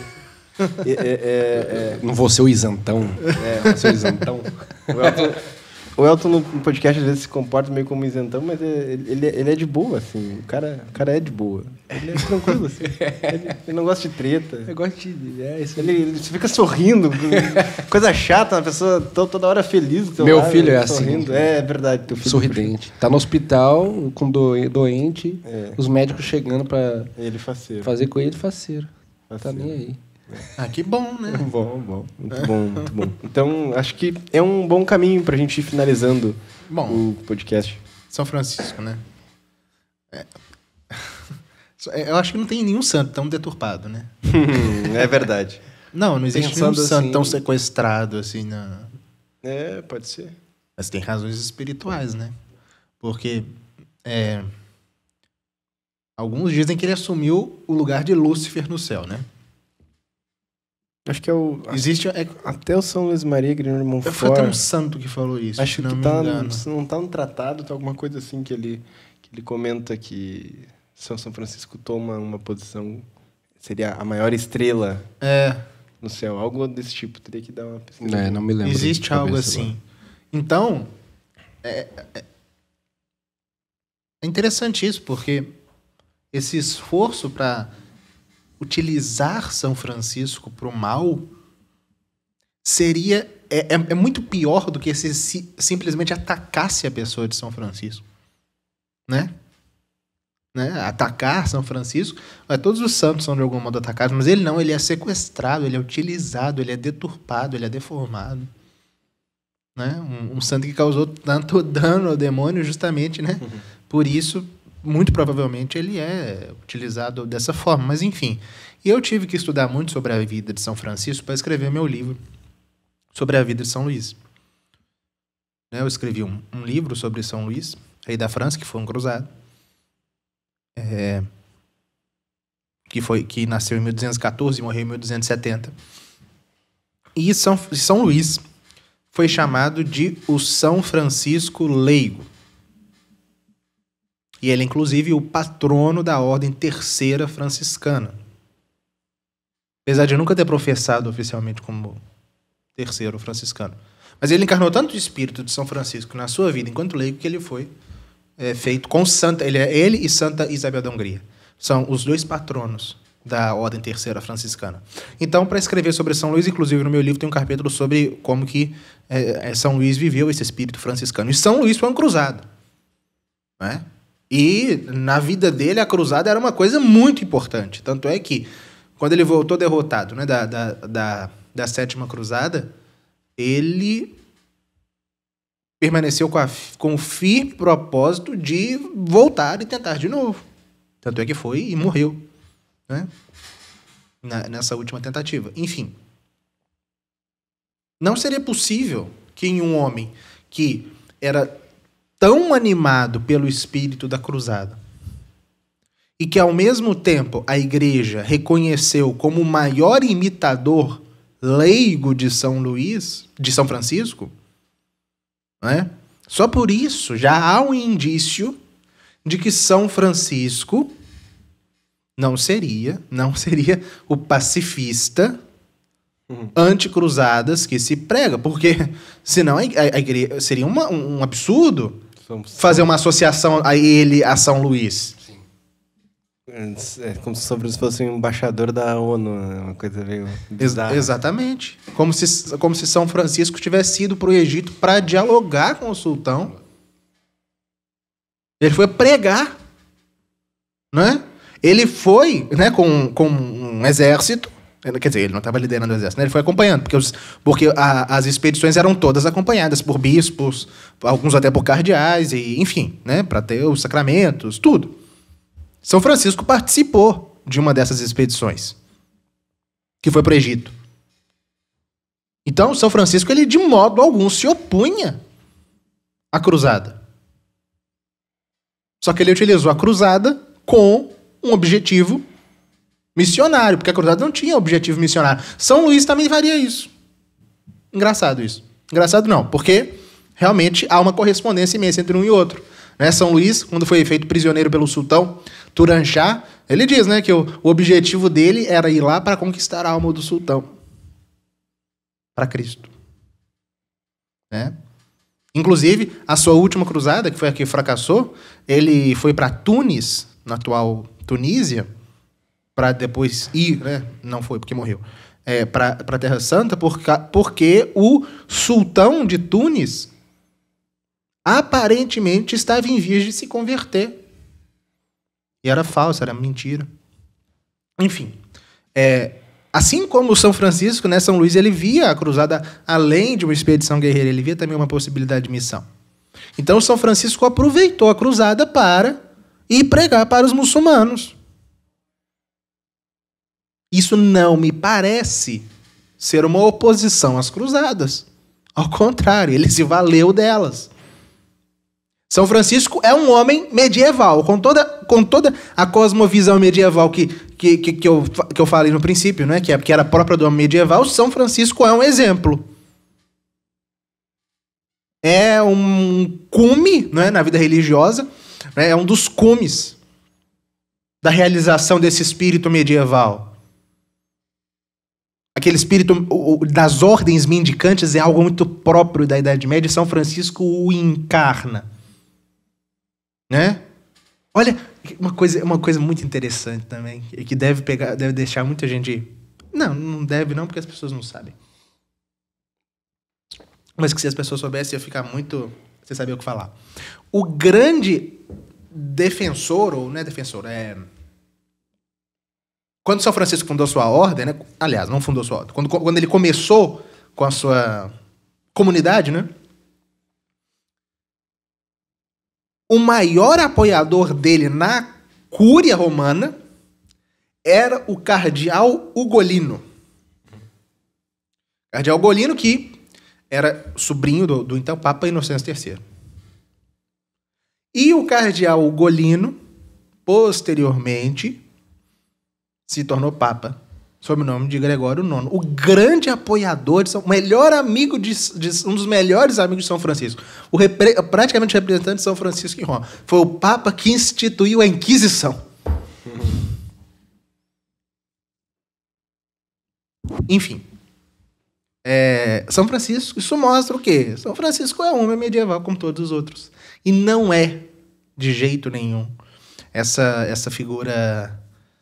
Não vou ser o isentão. Vou ser o isentão. O Elton no podcast às vezes se comporta meio como isentão, mas ele é de boa, assim. O cara é de boa. Ele é tranquilo, assim. Ele não gosta de treta. Eu gosto de... Ele fica sorrindo. Coisa chata, uma pessoa toda hora feliz. Meu filho é sorrindo. Assim. É verdade. Teu filho sorridente. Tá no hospital com doente, os médicos chegando pra ele faceiro. Fazer com ele faceiro. Tá nem aí. Ah, que bom, né? Bom. Muito bom. Então, acho que é um bom caminho pra gente ir finalizando o podcast. São Francisco, né? Eu acho que não tem nenhum santo tão deturpado, né? É verdade. Não existe nenhum santo tão sequestrado, assim, pode ser. Mas tem razões espirituais, né? Porque alguns dizem que ele assumiu o lugar de Lúcifer no céu, né? Acho que existe até o São Luís Maria Grignion de Montfort. Foi até um santo que falou isso. Acho que não tá no tratado, tá alguma coisa assim que ele comenta que São Francisco toma uma posição, seria a maior estrela no céu, algo desse tipo. Teria que dar uma pesquisa. Não me lembro. Existe algo assim. Lá. Então, é interessante isso, porque esse esforço para utilizar São Francisco para o mal seria... É muito pior do que se simplesmente atacasse a pessoa de São Francisco. Né? Atacar São Francisco... Todos os santos são de algum modo atacados, mas ele não. Ele é sequestrado, ele é utilizado, ele é deturpado, ele é deformado. Né? Um santo que causou tanto dano ao demônio justamente, né? Por isso... Muito provavelmente ele é utilizado dessa forma, mas enfim. E eu tive que estudar muito sobre a vida de São Francisco para escrever meu livro sobre a vida de São Luís. Eu escrevi um livro sobre São Luís, rei da França, que foi um cruzado, que nasceu em 1214 e morreu em 1270. E São Luís foi chamado de o São Francisco Leigo. E ele é, inclusive, o patrono da Ordem Terceira Franciscana. Apesar de nunca ter professado oficialmente como terceiro franciscano. Mas ele encarnou tanto o espírito de São Francisco na sua vida enquanto leigo que ele foi feito com Santa... Ele e Santa Isabel da Hungria. São os dois patronos da Ordem Terceira Franciscana. Então, para escrever sobre São Luís, inclusive no meu livro tem um capítulo sobre como que São Luís viveu esse espírito franciscano. E São Luís foi um cruzado. Né? E na vida dele a cruzada era uma coisa muito importante. Tanto é que quando ele voltou derrotado, né, da sétima cruzada, ele permaneceu com o firme propósito de voltar e tentar de novo. Tanto é que foi e morreu. né? Nessa última tentativa. Enfim. Não seria possível que em um homem que era tão animado pelo espírito da cruzada e que, ao mesmo tempo, a igreja reconheceu como o maior imitador leigo de São Luís, de São Francisco, né? Só por isso já há um indício de que São Francisco não seria o pacifista anticruzadas que se prega, porque senão a igreja seria um absurdo fazer uma associação a ele, a São Luís. É como se São Francisco fosse um embaixador da ONU, uma coisa meio bizarra. Exatamente. Como se São Francisco tivesse ido para o Egito para dialogar com o sultão. Ele foi pregar, né? Ele foi, né, com um exército. Quer dizer, ele não estava liderando o exército, né? Ele foi acompanhando, porque as expedições eram todas acompanhadas por bispos, alguns até por cardeais, e, enfim, né, para ter os sacramentos, tudo. São Francisco participou de uma dessas expedições, que foi para o Egito. Então, São Francisco, ele de modo algum se opunha à cruzada. Só que ele utilizou a cruzada com um objetivo missionário, porque a cruzada não tinha objetivo missionário. São Luís também faria isso. Engraçado isso. Engraçado não, porque realmente há uma correspondência imensa entre um e outro. Né? São Luís, quando foi feito prisioneiro pelo sultão Turanchá, ele diz, né, que o objetivo dele era ir lá para conquistar a alma do sultão. Para Cristo. Né? Inclusive, a sua última cruzada, que foi a que fracassou, ele foi para Tunis, na atual Tunísia, para depois ir, né? Não foi, porque morreu, para a Terra Santa, porque o sultão de Tunis aparentemente estava em vias de se converter. E era falso, era mentira. Enfim, assim como São Francisco, né, São Luís, ele via a cruzada, além de uma expedição guerreira, ele via também uma possibilidade de missão. Então, São Francisco aproveitou a cruzada para ir pregar para os muçulmanos. Isso não me parece ser uma oposição às cruzadas. Ao contrário, ele se valeu delas. São Francisco é um homem medieval, com toda a cosmovisão medieval que eu falei no princípio, né? que era própria do homem medieval. São Francisco é um exemplo. É um cume, né, na vida religiosa, né, é um dos cumes da realização desse espírito medieval. Aquele espírito das ordens mendicantes é algo muito próprio da Idade Média, e São Francisco o encarna. Né? Olha, uma coisa muito interessante também, e que deve deixar muita gente... Não deve não, porque as pessoas não sabem. Mas que se as pessoas soubessem, ia ficar muito... Você sabia o que falar. O grande defensor, ou não é defensor, quando São Francisco fundou sua ordem, né? Aliás, não fundou sua ordem, quando ele começou com a sua comunidade, né? O maior apoiador dele na Cúria Romana era o cardeal Ugolino. Cardeal Ugolino, que era sobrinho do então Papa Inocêncio III. E o cardeal Ugolino, posteriormente, se tornou Papa, sob o nome de Gregório IX. O grande apoiador, o melhor amigo um dos melhores amigos de São Francisco. Praticamente representante de São Francisco em Roma. Foi o Papa que instituiu a Inquisição. Enfim. São Francisco, isso mostra o quê? São Francisco é um homem medieval como todos os outros. E não é, de jeito nenhum, essa figura...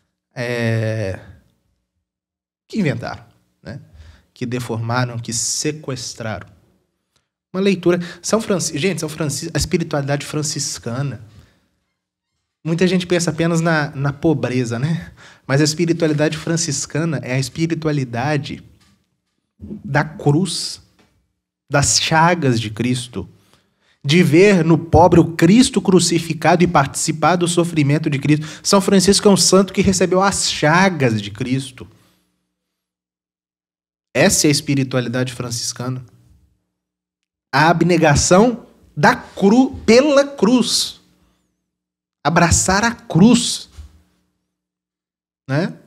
que inventaram, né? Que deformaram, que sequestraram. Uma leitura... Gente, São Francisco, a espiritualidade franciscana. Muita gente pensa apenas na pobreza, né? Mas a espiritualidade franciscana é a espiritualidade da cruz, das chagas de Cristo. de ver no pobre o Cristo crucificado e participar do sofrimento de Cristo. São Francisco é um santo que recebeu as chagas de Cristo. Essa é a espiritualidade franciscana. A abnegação pela cruz. Abraçar a cruz. Né?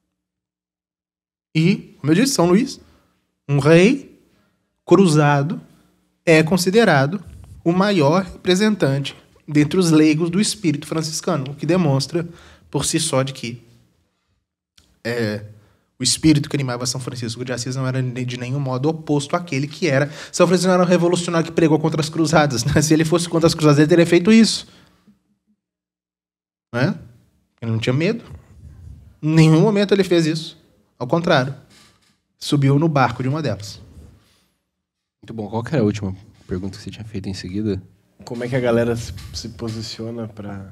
E, como eu disse, São Luís, um rei cruzado, é considerado o maior representante dentre os leigos do espírito franciscano, o que demonstra por si só de que o espírito que animava São Francisco de Assis não era de nenhum modo oposto àquele que era. São Francisco era um revolucionário que pregou contra as cruzadas. Né? Se ele fosse contra as cruzadas, ele teria feito isso. Né? Ele não tinha medo. Em nenhum momento ele fez isso. Ao contrário. Subiu no barco de uma delas. Muito bom. Qual que era a última pergunta que você tinha feito em seguida? Como é que a galera se posiciona para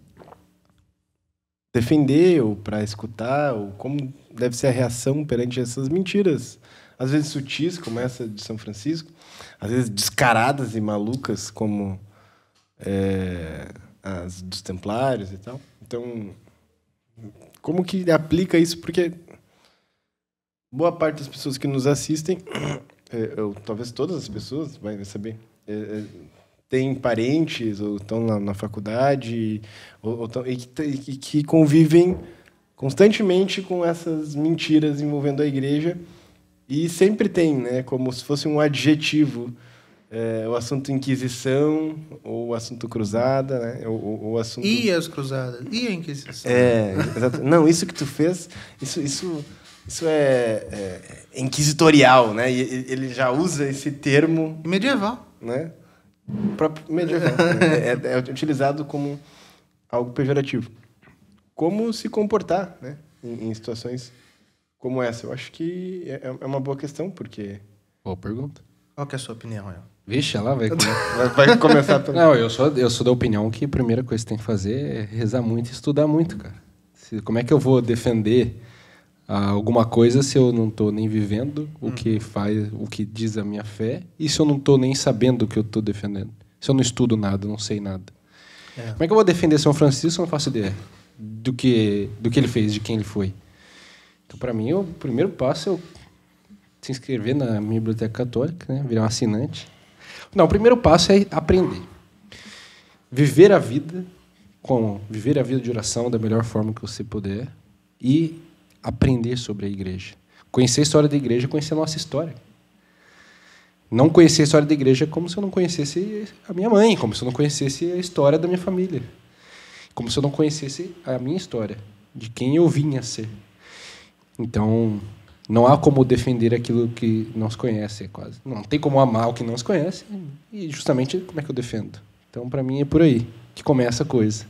defender ou para escutar? Ou como deve ser a reação perante essas mentiras? Às vezes sutis, como essa de São Francisco. Às vezes descaradas e malucas, como as dos Templários e tal. Então, como que aplica isso? Porque boa parte das pessoas que nos assistem, talvez todas as pessoas, vai saber, têm parentes ou estão na faculdade e que convivem constantemente com essas mentiras envolvendo a igreja e sempre tem, né, como se fosse um adjetivo, o assunto Inquisição ou o assunto Cruzada, né, o assunto... E as cruzadas? E a Inquisição? Exato. Não, isso que tu fez, isso é inquisitorial, né? E ele já usa esse termo... Medieval. Né? O próprio medieval. É utilizado como algo pejorativo. Como se comportar, né? Em situações como essa? Eu acho que é uma boa questão, porque... Boa pergunta. Qual que é a sua opinião, El? Vixe, lá vai... vai começar... Pelo... Não, eu sou da opinião que a primeira coisa que tem que fazer é rezar muito e estudar muito, cara. Como é que eu vou defender alguma coisa se eu não estou nem vivendo o que diz a minha fé e se eu não estou nem sabendo o que eu estou defendendo? Se eu não estudo nada, não sei nada. Como é que eu vou defender São Francisco se eu não faço ideia do que ele fez, de quem ele foi? Então, para mim, o primeiro passo é eu se inscrever na minha biblioteca católica, né? Virar um assinante. Não, o primeiro passo é aprender. Viver a vida de oração da melhor forma que você puder e aprender sobre a igreja. Conhecer a história da igreja, conhecer a nossa história. Não conhecer a história da igreja como se eu não conhecesse a minha mãe, como se eu não conhecesse a história da minha família, como se eu não conhecesse a minha história, de quem eu vinha a ser. Então, não há como defender aquilo que não se conhece, quase. Não tem como amar o que não se conhece, e justamente como é que eu defendo? Então, para mim, é por aí que começa a coisa.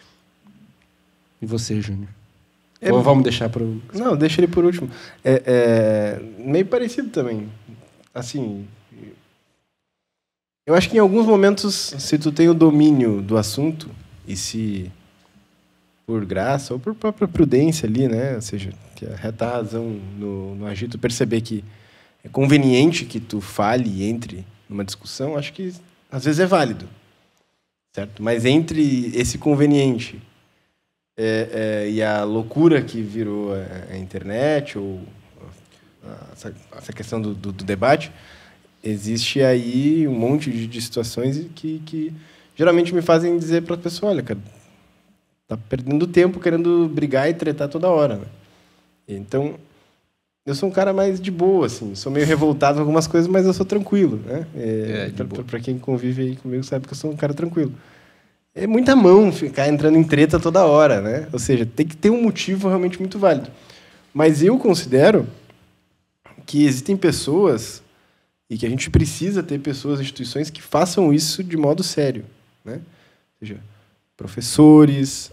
E você, Júnior? Ou vamos deixar para o... Não, deixa ele por último. Meio parecido também. Assim, eu acho que em alguns momentos, se tu tem o domínio do assunto, e se por graça ou por própria prudência ali, né? Ou seja, que a reta razão no agir, tu perceber que é conveniente que tu fale e entre numa discussão, acho que às vezes é válido. Certo? Mas entre esse conveniente e a loucura que virou a internet, ou essa questão do debate, existe aí um monte de situações que geralmente me fazem dizer para a pessoa, olha, cara, tá perdendo tempo querendo brigar e tretar toda hora. Né? Então, eu sou um cara mais de boa, assim, sou meio revoltado com algumas coisas, mas eu sou tranquilo. Né? Para quem convive aí comigo sabe que eu sou um cara tranquilo. É muita mão ficar entrando em treta toda hora, né? Ou seja, tem que ter um motivo realmente muito válido. Mas eu considero que existem pessoas e que a gente precisa ter pessoas, instituições que façam isso de modo sério, né? Ou seja, professores,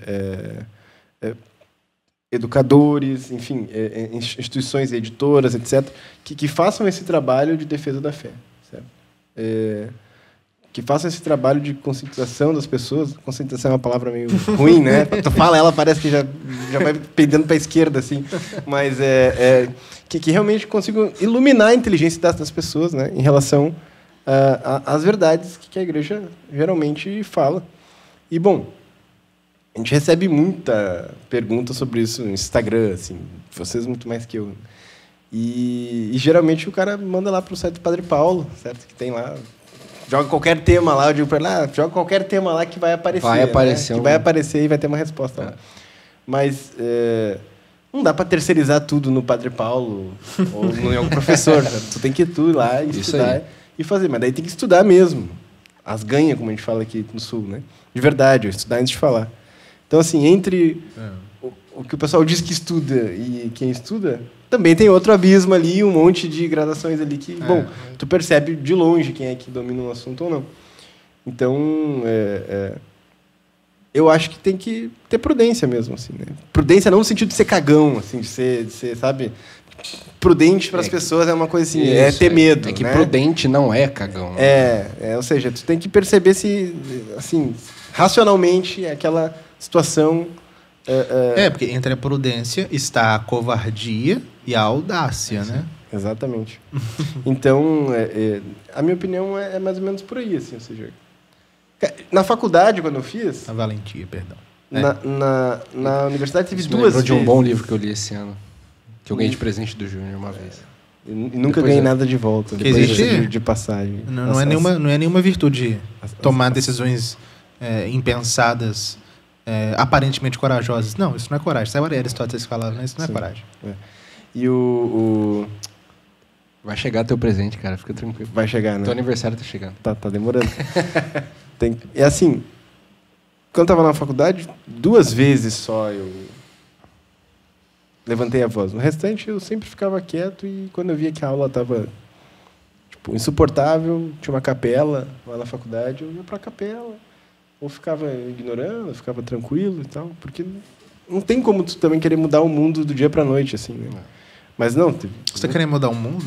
educadores, enfim, instituições, editoras, etc., que façam esse trabalho de defesa da fé, certo? Que façam esse trabalho de conscientização das pessoas. Conscientização é uma palavra meio ruim, né? Tu fala ela, parece que já vai pendendo para a esquerda, assim. Mas que realmente consigam iluminar a inteligência das pessoas, né? Em relação as verdades que a igreja geralmente fala. E, bom, a gente recebe muita pergunta sobre isso no Instagram, assim, vocês muito mais que eu. E geralmente o cara manda lá para o site do Padre Paulo, certo? Que tem lá, joga qualquer tema lá, eu digo para ele, joga qualquer tema lá que vai aparecer. Vai aparecer. Né? Que vai aparecer e vai ter uma resposta lá. Mas não dá para terceirizar tudo no Padre Paulo ou em algum professor. Tu tem que ir tu lá e estudar e fazer. Mas daí tem que estudar mesmo. As ganhas, como a gente fala aqui no Sul, né? De verdade, estudar antes de falar. Então, assim, entre o que o pessoal diz que estuda e quem estuda, também tem outro abismo ali, um monte de gradações ali que, bom, tu percebe de longe quem é que domina um assunto ou não. Então, eu acho que tem que ter prudência mesmo, assim, né? Prudência não no sentido de ser cagão, assim, de ser sabe, prudente para as pessoas é uma coisa assim, ter medo. É que né? Prudente não é cagão. Né? Ou seja, tu tem que perceber se, assim, racionalmente aquela situação... porque entre a prudência está a covardia e a audácia, né? Exatamente. Então, a minha opinião é mais ou menos por aí, assim, ou seja... Na faculdade, quando eu fiz... A valentia, perdão. Na universidade teve duas vezes. De um bom livro que eu li esse ano, que eu ganhei de presente do Júnior uma vez. E nunca ganhei nada de volta. Que existe de passagem. Não é nenhuma virtude tomar decisões impensadas, aparentemente corajosas. Não, isso não é coragem. Isso é Aristóteles que falava, mas isso não é coragem. E o... Vai chegar teu presente, cara. Fica tranquilo. Vai chegar, né? Teu aniversário tá chegando. Tá demorando. É assim, quando eu estava na faculdade, 2 vezes só eu levantei a voz. No restante, eu sempre ficava quieto e quando eu via que a aula estava insuportável, tinha uma capela lá na faculdade, eu ia para a capela. Ou ficava ignorando, ficava tranquilo e tal. Porque não tem como tu também querer mudar o mundo do dia para a noite, assim, né? Mas não... Você querendo mudar o mundo?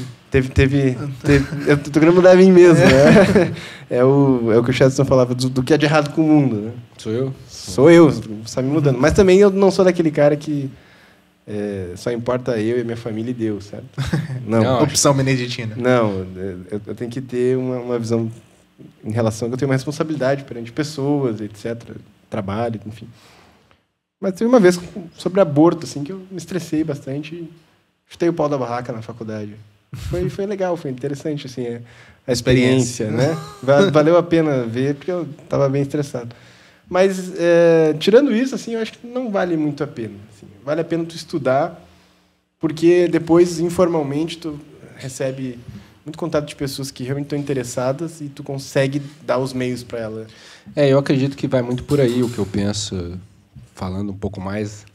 Eu tô querendo mudar a mim mesmo, né? É o que o Chadson falava, do que é de errado com o mundo, né? Sou eu? Sou eu, está me mudando. Mas também eu não sou daquele cara que só importa eu e minha família e Deus, certo? Não. Opção beneditina. Não, eu tenho que ter uma visão em relação a que eu tenho uma responsabilidade perante pessoas, etc. Trabalho, enfim. Mas teve uma vez sobre aborto, assim, que eu me estressei bastante e chutei o pau da barraca na faculdade. Foi legal, foi interessante, assim, a experiência, né? Valeu a pena ver, porque eu estava bem estressado. Mas, tirando isso, assim, eu acho que não vale muito a pena. Assim. Vale a pena tu estudar, porque depois, informalmente, tu recebe muito contato de pessoas que realmente estão interessadas e tu consegue dar os meios para ela. Eu acredito que vai muito por aí o que eu penso, falando um pouco mais.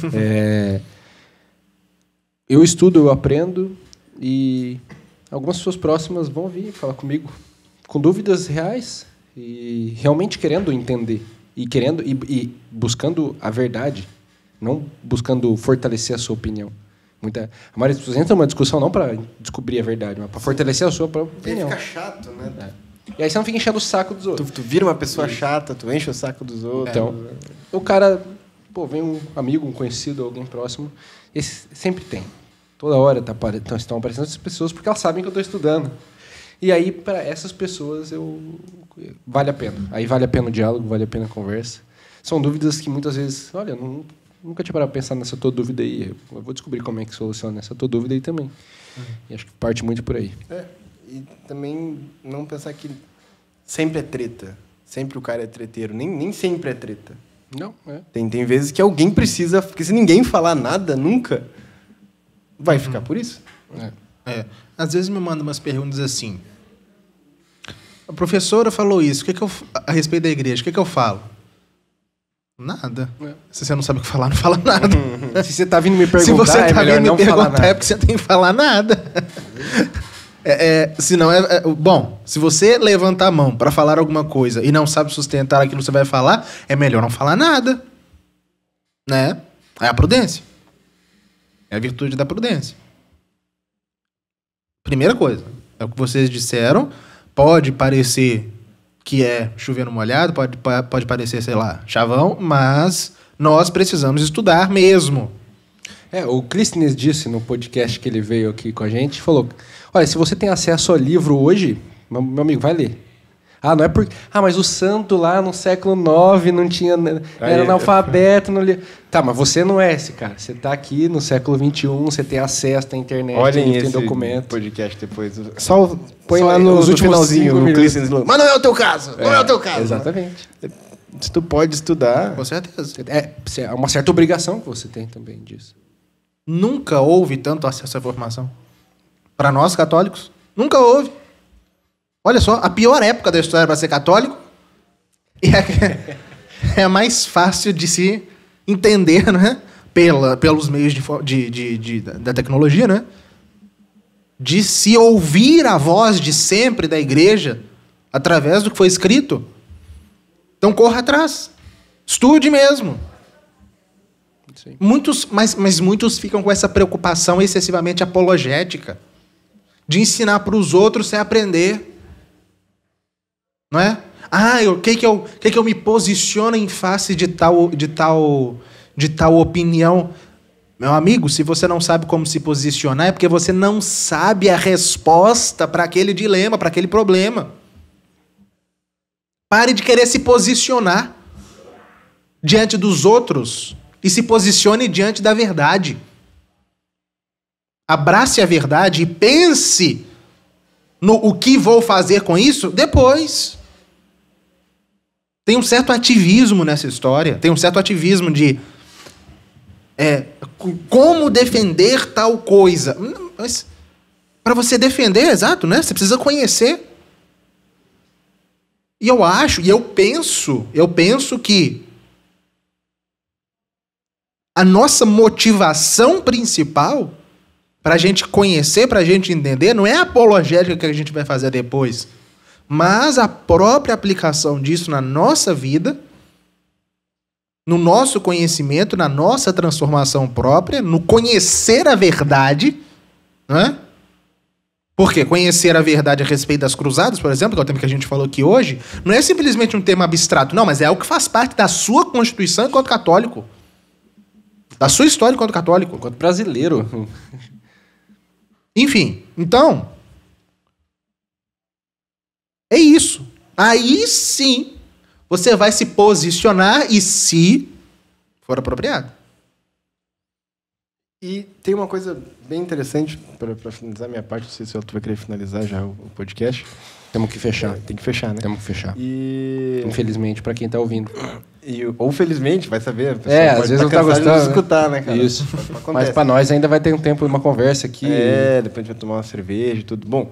Eu estudo, eu aprendo e algumas pessoas próximas vão vir falar comigo com dúvidas reais e realmente querendo entender e buscando a verdade, não buscando fortalecer a sua opinião. A maioria das pessoas entra numa discussão não para descobrir a verdade, mas para fortalecer a sua própria opinião. Fica chato, né? E aí você não fica enchendo o saco dos outros. Tu vira uma pessoa chata, tu enche o saco dos outros. Então, o cara, vem um amigo, um conhecido, alguém próximo, esse sempre tem. Toda hora estão aparecendo essas pessoas porque elas sabem que eu estou estudando. E aí, para essas pessoas, vale a pena. Aí vale a pena o diálogo, vale a pena a conversa. São dúvidas que muitas vezes, olha, nunca tinha parado para pensar nessa tua dúvida aí. Eu vou descobrir como é que soluciona essa tua dúvida aí também. E acho que parte muito por aí. E também não pensar que sempre é treta. Sempre o cara é treteiro. Nem sempre é treta. Não, Tem vezes que alguém precisa... Porque se ninguém falar nada, nunca... Vai ficar por isso? Às vezes me mandam umas perguntas assim. A professora falou isso. A respeito da igreja, o que eu falo? Nada. Se você não sabe o que falar, não fala nada. Se você está vindo me perguntar, se você tá vindo me perguntar, é porque você tem que falar nada. Bom, se você levantar a mão para falar alguma coisa e não sabe sustentar aquilo que você vai falar, é melhor não falar nada. Né? É a prudência. É a virtude da prudência. Primeira coisa, é o que vocês disseram. Pode parecer que é chover no molhado, pode parecer, sei lá, chavão, mas nós precisamos estudar mesmo. O Clístenes disse no podcast que ele veio aqui com a gente, falou, olha, se você tem acesso ao livro hoje, Meu amigo, vai ler. Ah, não é porque... Ah, mas o santo lá no século IX não tinha... Era analfabeto, não lia... Tá, mas você não é esse cara. Você tá aqui no século XXI, você tem acesso à internet, tem documento. Podcast depois. Só põe lá no finalzinho, no Cliff. Mas não é o teu caso, não é o teu caso. Exatamente. Se tu pode estudar... Com certeza. É uma certa obrigação que você tem também disso. Nunca houve tanto acesso à informação. Para nós, católicos, nunca houve. Olha só, a pior época da história para ser católico é a mais fácil de se entender, né? Pelos meios da tecnologia, né? De se ouvir a voz de sempre da igreja através do que foi escrito. Então corra atrás. Estude mesmo. Sim. Mas muitos ficam com essa preocupação excessivamente apologética de ensinar para os outros sem aprender. Não é? O que eu me posiciono em face de tal opinião? Meu amigo, se você não sabe como se posicionar, é porque você não sabe a resposta para aquele dilema, para aquele problema. Pare de querer se posicionar diante dos outros e se posicione diante da verdade. Abrace a verdade e pense no o que vou fazer com isso depois. Tem um certo ativismo nessa história. Tem um certo ativismo de... como defender tal coisa. Mas para você defender, exato, né? Você precisa conhecer. E eu penso que a nossa motivação principal para a gente conhecer, para a gente entender, não é a apologética que a gente vai fazer depois, mas a própria aplicação disso na nossa vida, no nosso conhecimento, na nossa transformação própria, no conhecer a verdade, não é? Porque conhecer a verdade a respeito das cruzadas, por exemplo, que é o tema que a gente falou aqui hoje, não é simplesmente um tema abstrato, não, mas é algo que faz parte da sua constituição enquanto católico. Da sua história enquanto católico. Enquanto brasileiro. Enfim, então... É isso. Aí sim, você vai se posicionar e se for apropriado. E tem uma coisa bem interessante, para finalizar minha parte, não sei se tu vai querer finalizar já o podcast. Temos que fechar. Tem que fechar, né? Temos que fechar. E... Infelizmente, para quem está ouvindo. Ou felizmente, vai saber. Às vezes não tá gostando. De escutar, né, cara? Isso. Mas para nós ainda vai ter um tempo, uma conversa aqui. Depois a gente vai tomar uma cerveja e tudo. Bom,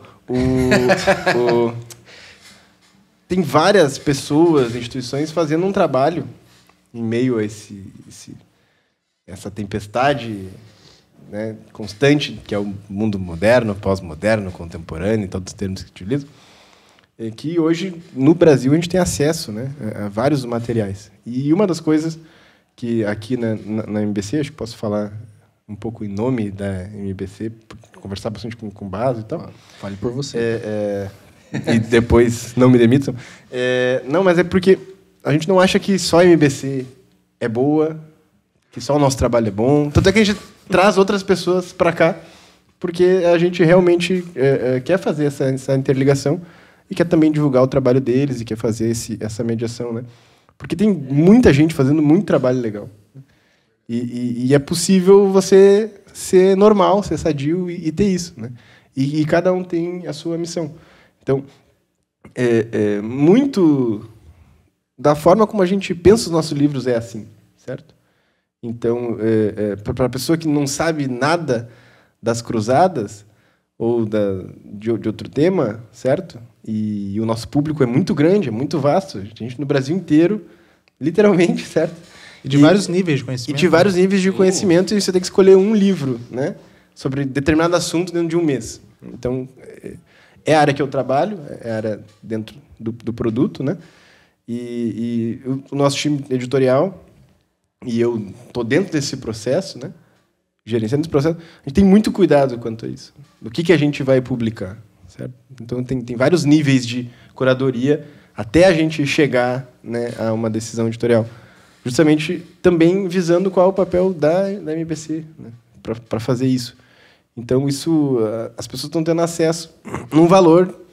tem várias pessoas, instituições fazendo um trabalho em meio a essa tempestade, né, constante, que é o mundo moderno, pós-moderno, contemporâneo, todos os termos que utilizam, que hoje, no Brasil, a gente tem acesso, né, a vários materiais. E uma das coisas que aqui na MBC, acho que posso falar um pouco em nome da MBC, conversar bastante com o Baso e tal. Fale por você. E depois não me demitam. Não, mas é porque a gente não acha que só a MBC é boa, que só o nosso trabalho é bom. Tanto é que a gente traz outras pessoas para cá, porque a gente realmente quer fazer essa interligação e quer também divulgar o trabalho deles e quer fazer essa mediação, né? Porque tem muita gente fazendo muito trabalho legal. E é possível você ser normal, ser sadio e ter isso, né? E cada um tem a sua missão. Então, muito da forma como a gente pensa os nossos livros é assim, certo? Então, para a pessoa que não sabe nada das cruzadas ou de outro tema, certo? E o nosso público é muito grande, é muito vasto. A gente no Brasil inteiro, literalmente, certo? E de vários níveis de conhecimento. E de vários níveis de conhecimento, e você tem que escolher um livro, né, sobre determinado assunto dentro de um mês. Então, é a área que eu trabalho, é a área dentro do produto, né? E o nosso time editorial, e eu estou dentro desse processo, né, gerenciando esse processo, a gente tem muito cuidado quanto a isso. Do que a gente vai publicar, certo? Então, tem vários níveis de curadoria até a gente chegar, né, a uma decisão editorial. Justamente também visando qual é o papel da MBC, né, para fazer isso. Então, as pessoas estão tendo acesso num valor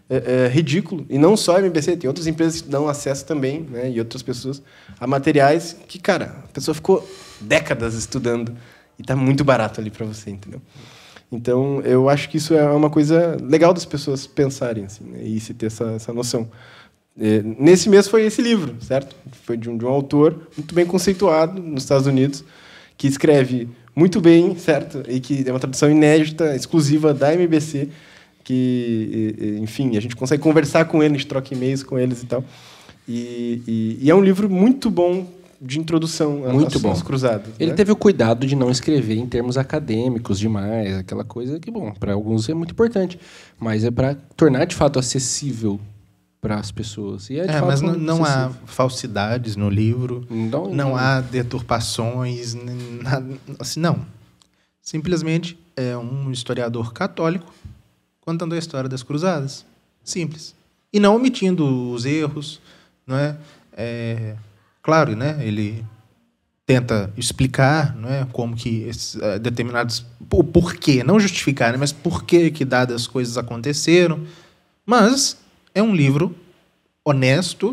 ridículo. E não só a MBC, tem outras empresas que dão acesso também, né, e outras pessoas, a materiais que, cara, a pessoa ficou décadas estudando e está muito barato ali para você, entendeu? Então, eu acho que isso é uma coisa legal das pessoas pensarem, assim, né, e se ter essa noção. Nesse mês foi esse livro, certo? Foi de um autor muito bem conceituado nos Estados Unidos, que escreve muito bem, certo? E que é uma tradução inédita, exclusiva da MBC, que, enfim, a gente consegue conversar com ele, a gente troca e-mails com eles e tal. E é um livro muito bom de introdução às cruzadas. Ele teve o cuidado de não escrever em termos acadêmicos demais, aquela coisa que, bom, para alguns é muito importante, mas é para tornar de fato acessível para as pessoas. E mas não há falsidades no livro, não há deturpações, nada, assim, não. Simplesmente é um historiador católico contando a história das cruzadas. Simples. E não omitindo os erros, não é? Claro, né? Ele tenta explicar, não é, como que determinados... O porquê, não justificar, né, mas por que dadas coisas aconteceram. Mas é um livro honesto,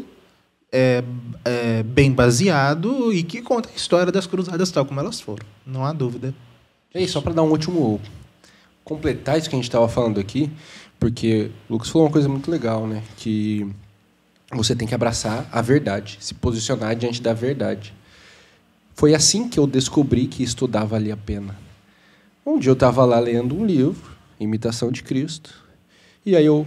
bem baseado e que conta a história das cruzadas tal como elas foram. Não há dúvida. E aí, só para dar um último... completar isso que a gente estava falando aqui, porque o Lucas falou uma coisa muito legal, né? Que você tem que abraçar a verdade, se posicionar diante da verdade. Foi assim que eu descobri que estudar valia a pena. Um dia eu estava lá lendo um livro, Imitação de Cristo, e aí eu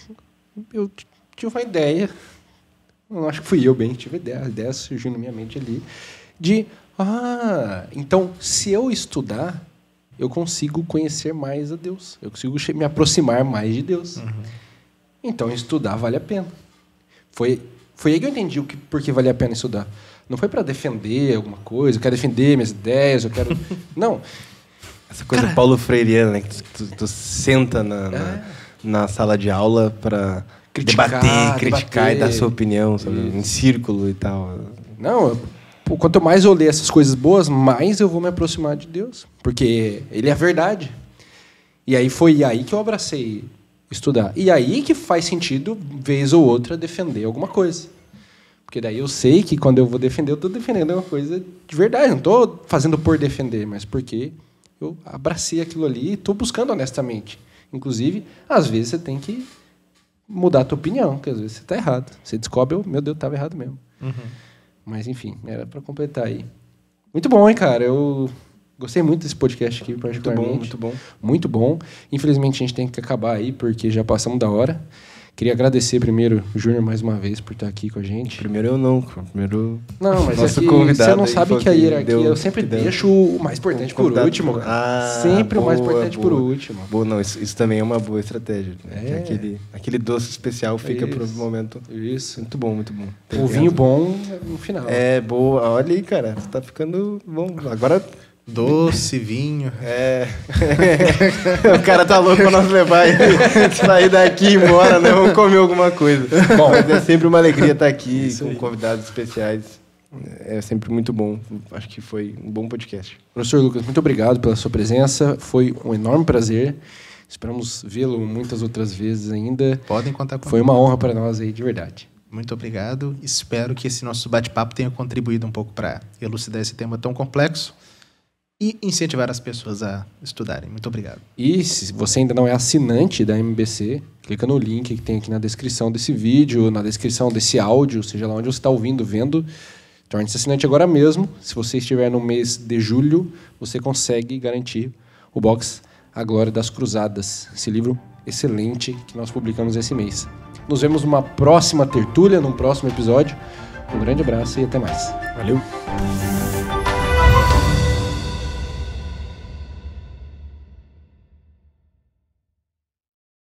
tive uma ideia, não acho que fui eu bem, tive a ideia surgiu na minha mente ali, de, então, se eu estudar, eu consigo conhecer mais a Deus. Eu consigo me aproximar mais de Deus. Uhum. Então, estudar vale a pena. Foi aí que eu entendi por que vale a pena estudar. Não foi para defender alguma coisa, eu quero defender minhas ideias, eu quero... Não. Essa coisa Paulo Freireana, né, que tu senta na sala de aula para criticar e dar sua opinião, sabe, em círculo e tal. Não, quanto mais eu ler essas coisas boas, mais eu vou me aproximar de Deus. Porque Ele é a verdade. E aí foi aí que eu abracei estudar. E aí que faz sentido, vez ou outra, defender alguma coisa. Porque daí eu sei que quando eu vou defender, eu estou defendendo uma coisa de verdade. Não estou fazendo por defender, mas porque eu abracei aquilo ali e estou buscando honestamente. Inclusive, às vezes você tem que mudar a tua opinião, porque às vezes você está errado. Você descobre, meu Deus, estava errado mesmo. Uhum. Mas, enfim, era para completar aí. Muito bom, hein, cara? Eu gostei muito desse podcast aqui, particularmente. Muito bom. Muito bom. Infelizmente, a gente tem que acabar aí, porque já passamos da hora. Queria agradecer primeiro o Júnior mais uma vez por estar aqui com a gente. Primeiro eu não, primeiro não, mas nosso convidado. Você não sabe que a hierarquia eu sempre deixo o mais importante por último. Sempre boa, o mais importante por último. Boa, não, isso também é uma boa estratégia. Né? Aquele doce especial fica para o momento. Isso. Muito bom, muito bom. O vinho bom no final. Boa. Olha aí, cara, você tá ficando bom. Agora... Doce, vinho. O cara tá louco pra nós levar ele sair daqui e ir embora, né? Vamos comer alguma coisa. Bom, mas é sempre uma alegria estar aqui com convidados especiais. É sempre muito bom. Acho que foi um bom podcast. Professor Lucas, muito obrigado pela sua presença. Foi um enorme prazer. Esperamos vê-lo muitas outras vezes ainda. Podem contar comigo. Foi uma honra para nós aí, de verdade. Muito obrigado. Espero que esse nosso bate-papo tenha contribuído um pouco para elucidar esse tema tão complexo e incentivar as pessoas a estudarem. Muito obrigado. E se você ainda não é assinante da MBC, clica no link que tem aqui na descrição desse vídeo, na descrição desse áudio, seja lá onde você está ouvindo, vendo. Torne-se assinante agora mesmo. Se você estiver no mês de julho, você consegue garantir o box A Glória das Cruzadas. Esse livro excelente que nós publicamos esse mês. Nos vemos numa próxima tertúlia, num próximo episódio. Um grande abraço e até mais. Valeu!